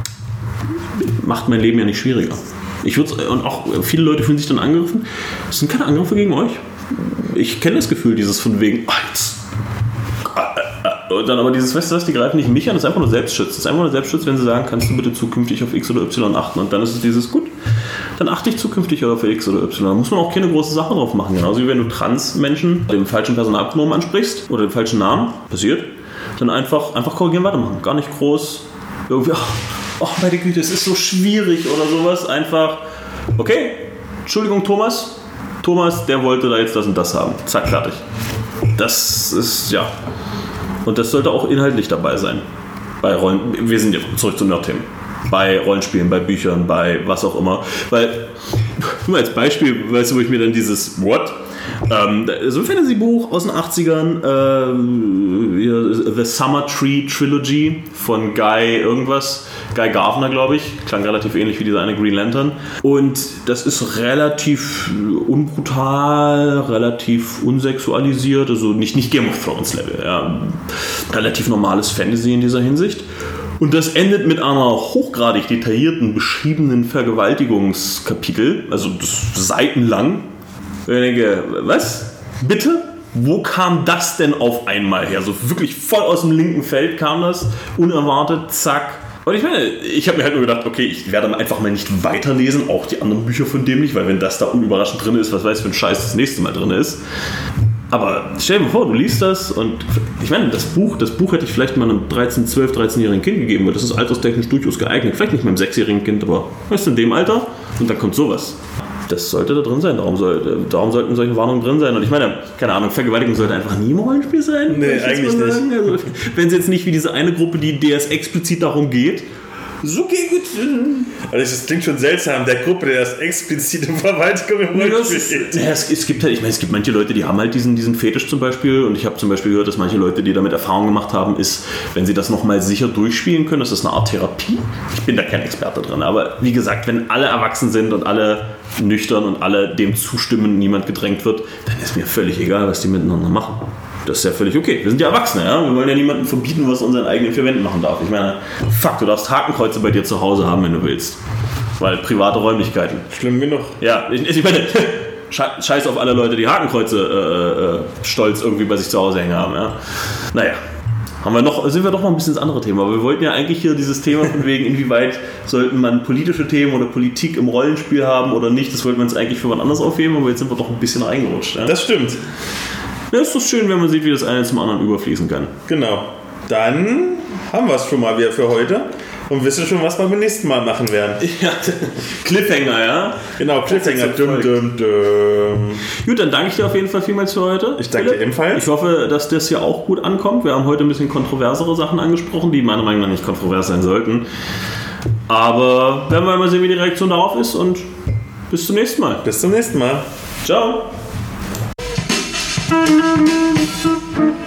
macht mein Leben ja nicht schwieriger. Ich würde und auch viele Leute fühlen sich dann angegriffen. Das sind keine Angriffe gegen euch. Ich kenne das Gefühl, dieses von wegen, oh, jetzt, und dann aber dieses, weißt du was, die greifen nicht mich an, das ist einfach nur Selbstschutz. Das ist einfach nur Selbstschutz, wenn sie sagen, kannst du bitte zukünftig auf X oder Y achten. Und dann ist es dieses, gut, dann achte ich zukünftig auf X oder Y. Da muss man auch keine große Sache drauf machen. Genauso wie wenn du Trans-Menschen dem falschen Personalpronomen ansprichst oder den falschen Namen, passiert, dann einfach, einfach korrigieren, weitermachen. Gar nicht groß irgendwie, oh, oh meine Güte, es ist so schwierig oder sowas. Einfach, okay, Entschuldigung Thomas, Thomas, der wollte da jetzt das und das haben. Zack, fertig. Das ist, ja. Und das sollte auch inhaltlich dabei sein. Bei Rollen, wir sind jetzt zurück zu Nerd-Themen. Bei Rollenspielen, bei Büchern, bei was auch immer. Weil, nur als Beispiel, weißt du, wo ich mir dann dieses What? Ähm, so ein Fantasy-Buch aus den achtzigern, äh, The Summer Tree Trilogy von Guy irgendwas, Guy Gardner, glaube ich, klang relativ ähnlich wie dieser eine Green Lantern. Und das ist relativ unbrutal, relativ unsexualisiert, also nicht, nicht Game of Thrones Level, ja. Relativ normales Fantasy in dieser Hinsicht. Und das endet mit einer hochgradig detaillierten, beschriebenen Vergewaltigungskapitel, also seitenlang. Und ich denke, was? Bitte? Wo kam das denn auf einmal her? So wirklich voll aus dem linken Feld kam das, unerwartet, zack. Und ich meine, ich habe mir halt nur gedacht, okay, ich werde einfach mal nicht weiterlesen, auch die anderen Bücher von dem nicht, weil wenn das da unüberraschend drin ist, was weiß ich, für ein Scheiß das nächste Mal drin ist. Aber stell dir mal vor, du liest das und ich meine, das Buch, das Buch hätte ich vielleicht mal einem dreizehn, zwölf, dreizehnjährigen Kind gegeben, weil das ist alterstechnisch durchaus geeignet. Vielleicht nicht meinem sechsjährigen Kind, aber weißt du, in dem Alter und dann kommt sowas. Das sollte da drin sein, darum, soll, darum sollten solche Warnungen drin sein. Und ich meine, keine Ahnung, Vergewaltigung sollte einfach nie im Rollenspiel sein. Nee, eigentlich nicht. Also, wenn es jetzt nicht wie diese eine Gruppe, die der es explizit darum geht, so geht es. Also das klingt schon seltsam, der Gruppe, der das explizit im Verwaltung im Rollenspiel geht. Ja, es, es gibt halt, ich meine, es gibt manche Leute, die haben halt diesen, diesen Fetisch zum Beispiel. Und ich habe zum Beispiel gehört, dass manche Leute, die damit Erfahrung gemacht haben, ist, wenn sie das nochmal sicher durchspielen können, das ist eine Art Therapie. Ich bin da kein Experte drin, aber wie gesagt, wenn alle erwachsen sind und alle nüchtern und alle dem zustimmen, niemand gedrängt wird, dann ist mir völlig egal, was die miteinander machen. Das ist ja völlig okay. Wir sind ja Erwachsene, ja? Wir wollen ja niemandem verbieten, was unseren eigenen vier Wänden machen darf. Ich meine, fuck, du darfst Hakenkreuze bei dir zu Hause haben, wenn du willst. Weil private Räumlichkeiten. Schlimm genug. Ja, ich, ich meine, scheiß auf alle Leute, die Hakenkreuze äh, äh, stolz irgendwie bei sich zu Hause hängen haben. Ja? Naja. Haben wir noch, sind wir doch mal ein bisschen ins andere Thema. Aber wir wollten ja eigentlich hier dieses Thema von wegen, inwieweit sollten man politische Themen oder Politik im Rollenspiel haben oder nicht. Das wollten wir uns eigentlich für was anderes aufheben, aber jetzt sind wir doch ein bisschen reingerutscht. Ja? Das stimmt. Ja, ist doch schön, wenn man sieht, wie das eine zum anderen überfließen kann. Genau. Dann haben wir es schon mal wieder für heute und wissen schon, was wir beim nächsten Mal machen werden. Ja, Cliffhanger, ja? Genau, Cliffhanger. Dum, dum, dum. Gut, dann danke ich dir auf jeden Fall vielmals für heute. Ich danke dir ebenfalls. Ich hoffe, dass das hier auch gut ankommt. Wir haben heute ein bisschen kontroversere Sachen angesprochen, die meiner Meinung nach nicht kontrovers sein sollten. Aber werden wir mal sehen, wie die Reaktion darauf ist und bis zum nächsten Mal. Bis zum nächsten Mal. Ciao.